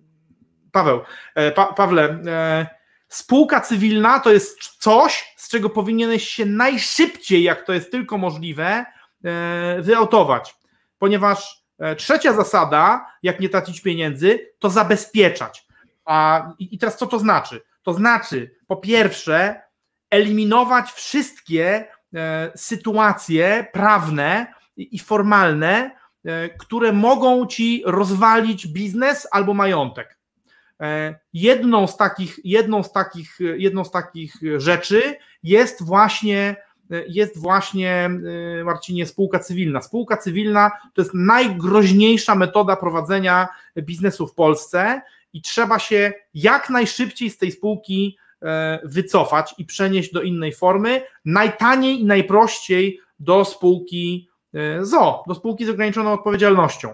A: Paweł, pa, Pawle, spółka cywilna to jest coś, z czego powinieneś się najszybciej, jak to jest tylko możliwe, wyautować, ponieważ trzecia zasada, jak nie tracić pieniędzy, to zabezpieczać. A, i teraz co to znaczy? To znaczy, po pierwsze, eliminować wszystkie e, sytuacje prawne i, i formalne, e, które mogą ci rozwalić biznes albo majątek. E, jedną z takich, jedną z takich, jedną z takich rzeczy jest właśnie, jest właśnie, Marcinie, spółka cywilna. Spółka cywilna to jest najgroźniejsza metoda prowadzenia biznesu w Polsce i trzeba się jak najszybciej z tej spółki wycofać i przenieść do innej formy, najtaniej i najprościej do spółki z o o, do spółki z ograniczoną odpowiedzialnością.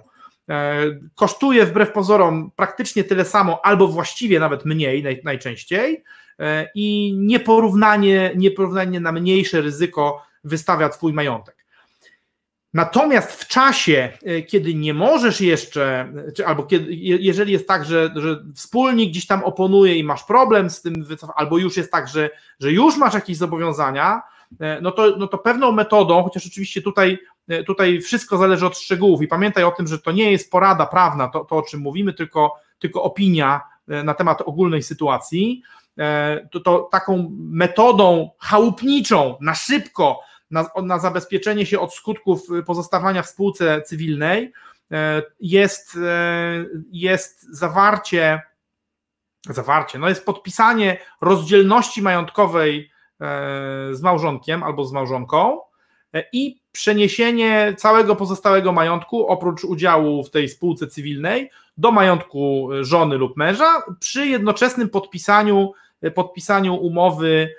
A: kosztuje wbrew pozorom praktycznie tyle samo, albo właściwie nawet mniej naj, najczęściej i nieporównanie, nieporównanie na mniejsze ryzyko wystawia twój majątek. Natomiast w czasie, kiedy nie możesz jeszcze, czy, albo kiedy, jeżeli jest tak, że, że wspólnik gdzieś tam oponuje i masz problem z tym, albo już jest tak, że, że już masz jakieś zobowiązania, no to, no to pewną metodą, chociaż oczywiście tutaj, tutaj wszystko zależy od szczegółów i pamiętaj o tym, że to nie jest porada prawna, to, to o czym mówimy, tylko, tylko opinia na temat ogólnej sytuacji, to, to taką metodą chałupniczą, na szybko, Na, na zabezpieczenie się od skutków pozostawania w spółce cywilnej jest, jest zawarcie, zawarcie, no jest podpisanie rozdzielności majątkowej z małżonkiem albo z małżonką i przeniesienie całego pozostałego majątku oprócz udziału w tej spółce cywilnej do majątku żony lub męża przy jednoczesnym podpisaniu, podpisaniu umowy,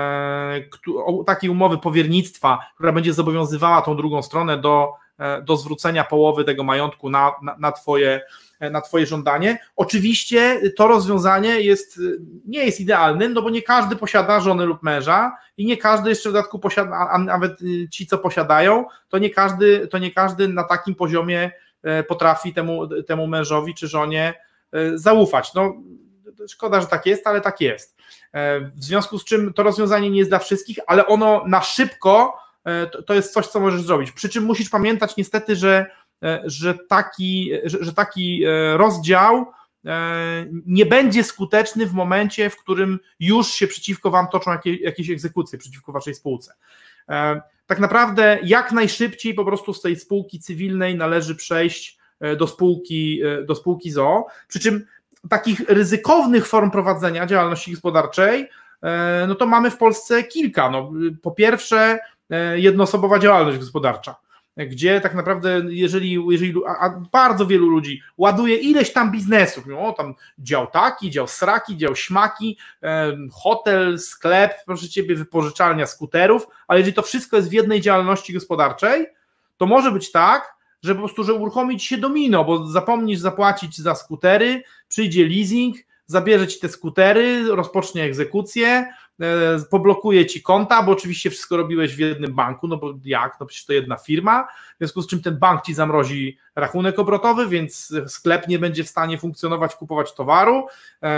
A: takiej umowy powiernictwa, która będzie zobowiązywała tą drugą stronę do, do zwrócenia połowy tego majątku na, na, na, twoje, na twoje żądanie. Oczywiście to rozwiązanie jest, nie jest idealne, no bo nie każdy posiada żonę lub męża i nie każdy jeszcze w dodatku posiada, a nawet ci, co posiadają, to nie każdy, to nie każdy na takim poziomie potrafi temu, temu mężowi czy żonie zaufać. No, szkoda, że tak jest, ale tak jest. W związku z czym to rozwiązanie nie jest dla wszystkich, ale ono na szybko to jest coś, co możesz zrobić. Przy czym musisz pamiętać niestety, że, że, taki, że, że taki rozdział nie będzie skuteczny w momencie, w którym już się przeciwko wam toczą jakieś, jakieś egzekucje przeciwko waszej spółce. Tak naprawdę jak najszybciej po prostu z tej spółki cywilnej należy przejść do spółki, do spółki z o o, przy czym takich ryzykownych form prowadzenia działalności gospodarczej, no to mamy w Polsce kilka. No, po pierwsze jednoosobowa działalność gospodarcza, gdzie tak naprawdę jeżeli, jeżeli a bardzo wielu ludzi ładuje ileś tam biznesów, no tam dział taki, dział sraki, dział śmaki, hotel, sklep, proszę ciebie, wypożyczalnia skuterów, ale jeżeli to wszystko jest w jednej działalności gospodarczej, to może być tak, że po prostu, że uruchomić się domino, bo zapomnisz zapłacić za skutery, przyjdzie leasing, zabierze ci te skutery, rozpocznie egzekucję, poblokuje ci konta, bo oczywiście wszystko robiłeś w jednym banku, no bo jak, no przecież to jedna firma, w związku z czym ten bank ci zamrozi rachunek obrotowy, więc sklep nie będzie w stanie funkcjonować, kupować towaru,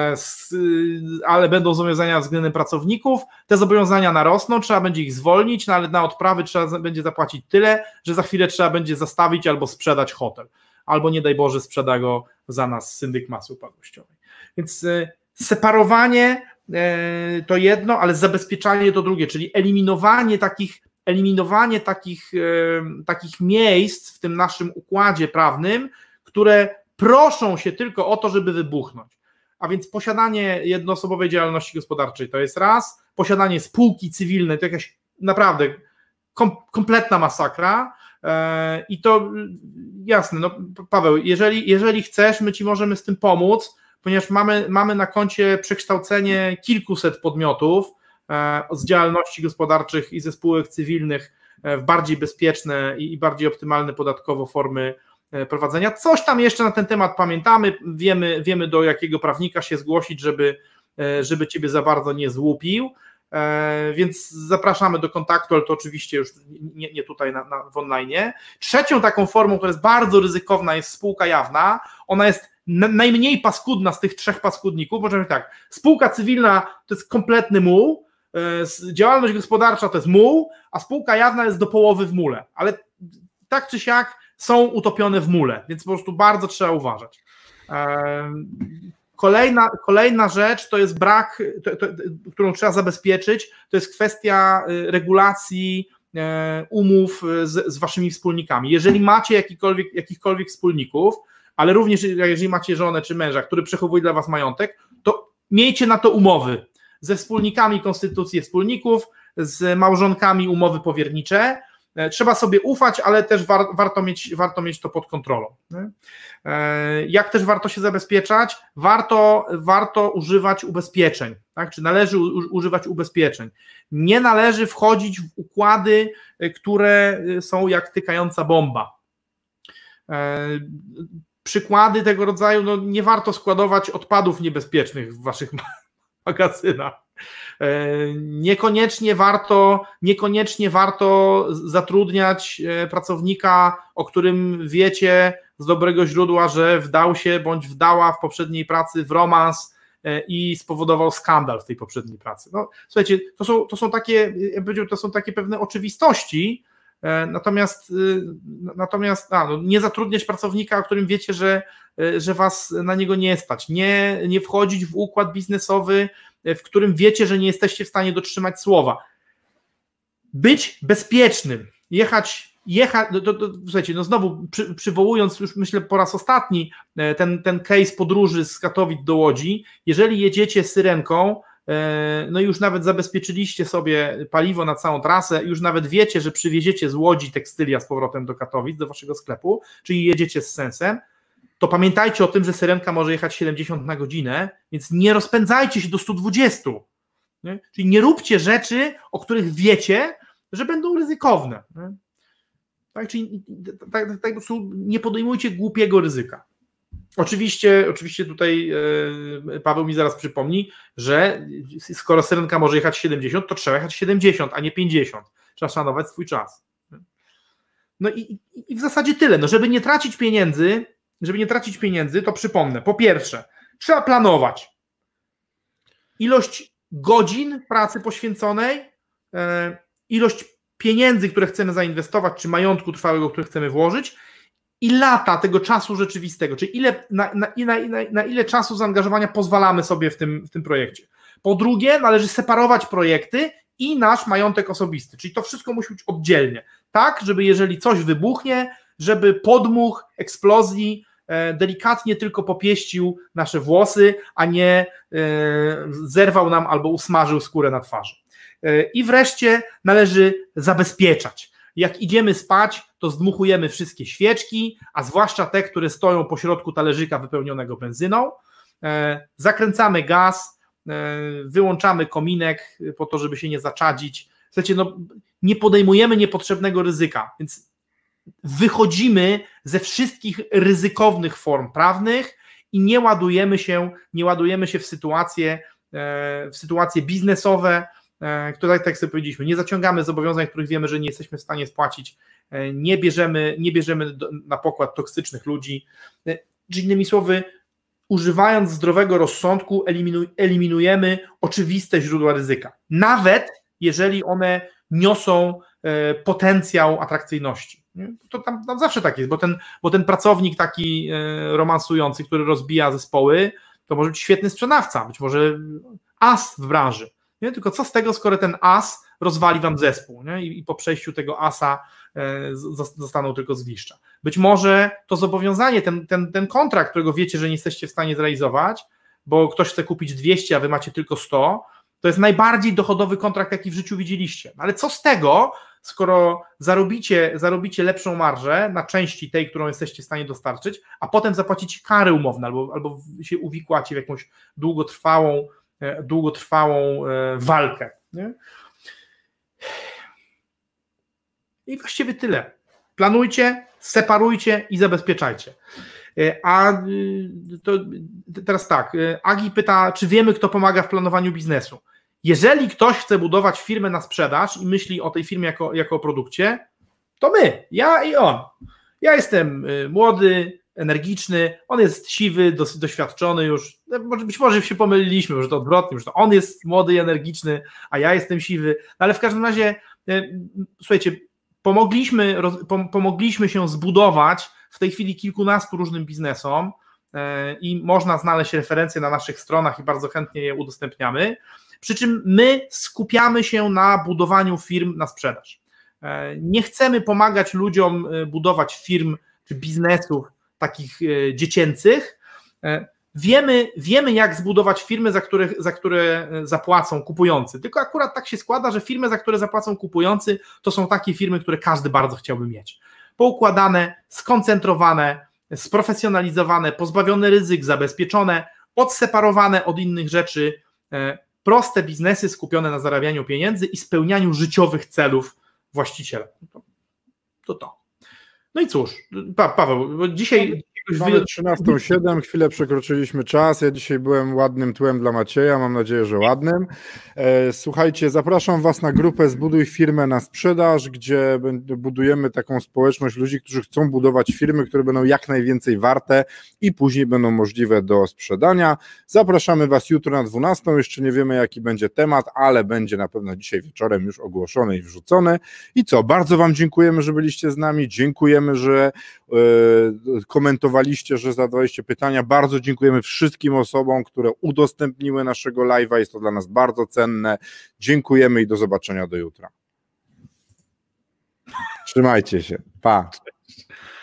A: ale będą zobowiązania względem pracowników, te zobowiązania narosną, trzeba będzie ich zwolnić, no ale na odprawy trzeba będzie zapłacić tyle, że za chwilę trzeba będzie zastawić albo sprzedać hotel, albo nie daj Boże sprzeda go za nas syndyk masy upadłościowej. Więc separowanie to jedno, ale zabezpieczanie to drugie, czyli eliminowanie takich, eliminowanie takich, takich miejsc w tym naszym układzie prawnym, które proszą się tylko o to, żeby wybuchnąć. A więc posiadanie jednoosobowej działalności gospodarczej to jest raz, posiadanie spółki cywilnej to jakaś naprawdę kom, kompletna masakra i to jasne, no Paweł, jeżeli, jeżeli chcesz, my ci możemy z tym pomóc, ponieważ mamy, mamy na koncie przekształcenie kilkuset podmiotów z działalności gospodarczych i ze spółek cywilnych w bardziej bezpieczne i bardziej optymalne podatkowo formy prowadzenia. Coś tam jeszcze na ten temat pamiętamy, wiemy, wiemy do jakiego prawnika się zgłosić, żeby, żeby ciebie za bardzo nie złupił, więc zapraszamy do kontaktu, ale to oczywiście już nie, nie tutaj na, na, w online. Trzecią taką formą, która jest bardzo ryzykowna, jest spółka jawna. Ona jest najmniej paskudna z tych trzech paskudników, bo tak, spółka cywilna to jest kompletny muł, działalność gospodarcza to jest muł, a spółka jawna jest do połowy w mule, ale tak czy siak są utopione w mule, więc po prostu bardzo trzeba uważać. Kolejna, kolejna rzecz to jest brak, to, to, którą trzeba zabezpieczyć, to jest kwestia regulacji umów z, z waszymi wspólnikami. Jeżeli macie jakikolwiek, jakichkolwiek wspólników, ale również jeżeli macie żonę czy męża, który przechowuje dla was majątek, to miejcie na to umowy ze wspólnikami, konstytucje wspólników, z małżonkami umowy powiernicze. Trzeba sobie ufać, ale też war, warto, mieć, warto mieć to pod kontrolą. Nie? Jak też warto się zabezpieczać? Warto, warto używać ubezpieczeń, tak? Czy należy u, używać ubezpieczeń? Nie należy wchodzić w układy, które są jak tykająca bomba. Przykłady tego rodzaju, no nie warto składować odpadów niebezpiecznych w waszych magazynach. Niekoniecznie warto, niekoniecznie warto zatrudniać pracownika, o którym wiecie z dobrego źródła, że wdał się bądź wdała w poprzedniej pracy w romans i spowodował skandal w tej poprzedniej pracy. No, słuchajcie, to są, to są takie, ja powiedział, to są takie pewne oczywistości, natomiast, natomiast a, no, nie zatrudniać pracownika, o którym wiecie, że, że was na niego nie stać, nie, nie wchodzić w układ biznesowy, w którym wiecie, że nie jesteście w stanie dotrzymać słowa. Być bezpiecznym, jechać, jechać, no, to, to, słuchajcie, no znowu przy, przywołując już myślę po raz ostatni ten, ten case podróży z Katowic do Łodzi, jeżeli jedziecie syrenką, no już nawet zabezpieczyliście sobie paliwo na całą trasę, już nawet wiecie, że przywieziecie z Łodzi tekstylia z powrotem do Katowic, do waszego sklepu, czyli jedziecie z sensem, to pamiętajcie o tym, że syrenka może jechać siedemdziesiąt na godzinę, więc nie rozpędzajcie się do stu dwudziestu. Nie? Czyli nie róbcie rzeczy, o których wiecie, że będą ryzykowne. Nie? Tak, czyli tak, tak, tak po prostu nie podejmujcie głupiego ryzyka. Oczywiście, oczywiście tutaj e, Paweł mi zaraz przypomni, że skoro syrenka może jechać siedemdziesiąt, to trzeba jechać siedemdziesiąt, a nie pięćdziesiąt. Trzeba szanować swój czas. No i, i w zasadzie tyle. No, żeby nie tracić pieniędzy, żeby nie tracić pieniędzy, to przypomnę, po pierwsze, trzeba planować ilość godzin pracy poświęconej, e, ilość pieniędzy, które chcemy zainwestować, czy majątku trwałego, który chcemy włożyć, i lata tego czasu rzeczywistego, czyli ile, na, na, na, na, na ile czasu zaangażowania pozwalamy sobie w tym, w tym projekcie. Po drugie, należy separować projekty i nasz majątek osobisty, czyli to wszystko musi być oddzielnie, tak, żeby jeżeli coś wybuchnie, żeby podmuch eksplozji e, delikatnie tylko popieścił nasze włosy, a nie e, zerwał nam albo usmażył skórę na twarzy. E, I wreszcie należy zabezpieczać. Jak idziemy spać, to zdmuchujemy wszystkie świeczki, a zwłaszcza te, które stoją po środku talerzyka wypełnionego benzyną. E, zakręcamy gaz, e, wyłączamy kominek po to, żeby się nie zaczadzić. Słuchajcie, no, nie podejmujemy niepotrzebnego ryzyka, więc wychodzimy ze wszystkich ryzykownych form prawnych i nie ładujemy się, nie ładujemy się w sytuacje, e, w sytuacje biznesowe, które, tak jak sobie powiedzieliśmy, nie zaciągamy zobowiązań, których wiemy, że nie jesteśmy w stanie spłacić, nie bierzemy, nie bierzemy na pokład toksycznych ludzi, czy innymi słowy, używając zdrowego rozsądku eliminujemy oczywiste źródła ryzyka, nawet jeżeli one niosą potencjał atrakcyjności. To tam, tam zawsze tak jest, bo ten, bo ten pracownik taki romansujący, który rozbija zespoły, to może być świetny sprzedawca, być może as w branży. Nie? Tylko co z tego, skoro ten as rozwali wam zespół, nie? I, i po przejściu tego asa e, z, zostaną tylko zgliszcza. Być może to zobowiązanie, ten, ten, ten kontrakt, którego wiecie, że nie jesteście w stanie zrealizować, bo ktoś chce kupić dwieście, a wy macie tylko sto, to jest najbardziej dochodowy kontrakt, jaki w życiu widzieliście. Ale co z tego, skoro zarobicie, zarobicie lepszą marżę na części tej, którą jesteście w stanie dostarczyć, a potem zapłacicie kary umowne albo, albo się uwikłacie w jakąś długotrwałą długotrwałą walkę. Nie? I właściwie tyle. Planujcie, separujcie i zabezpieczajcie. A to teraz tak, Agi pyta, czy wiemy, kto pomaga w planowaniu biznesu. Jeżeli ktoś chce budować firmę na sprzedaż i myśli o tej firmie jako, jako o produkcie, to my, ja i on. Ja jestem młody, energiczny, on jest siwy, dosyć doświadczony już, być może się pomyliliśmy, może to odwrotnie, że to on jest młody i energiczny, a ja jestem siwy, ale w każdym razie, słuchajcie, pomogliśmy, pomogliśmy się zbudować w tej chwili kilkunastu różnym biznesom i można znaleźć referencje na naszych stronach i bardzo chętnie je udostępniamy, przy czym my skupiamy się na budowaniu firm na sprzedaż. Nie chcemy pomagać ludziom budować firm czy biznesów takich dziecięcych. Wiemy, wiemy jak zbudować firmy, za które, za które zapłacą kupujący, tylko akurat tak się składa, że firmy, za które zapłacą kupujący, to są takie firmy, które każdy bardzo chciałby mieć. Poukładane, skoncentrowane, sprofesjonalizowane, pozbawione ryzyk, zabezpieczone, odseparowane od innych rzeczy, proste biznesy skupione na zarabianiu pieniędzy i spełnianiu życiowych celów właściciela. To to. No i cóż, pa, Paweł, bo dzisiaj...
B: Mamy trzynastą siedem, chwilę przekroczyliśmy czas. Ja dzisiaj byłem ładnym tłem dla Macieja, mam nadzieję, że ładnym. Słuchajcie, zapraszam Was na grupę Zbuduj firmę na sprzedaż, gdzie budujemy taką społeczność ludzi, którzy chcą budować firmy, które będą jak najwięcej warte i później będą możliwe do sprzedania. Zapraszamy Was jutro na dwunastą, jeszcze nie wiemy, jaki będzie temat, ale będzie na pewno dzisiaj wieczorem już ogłoszony i wrzucony. I co, bardzo Wam dziękujemy, że byliście z nami, dziękujemy, że yy, komentowaliście, że zadawaliście pytania. Bardzo dziękujemy wszystkim osobom, które udostępniły naszego live'a. Jest to dla nas bardzo cenne. Dziękujemy i do zobaczenia do jutra. Trzymajcie się. Pa.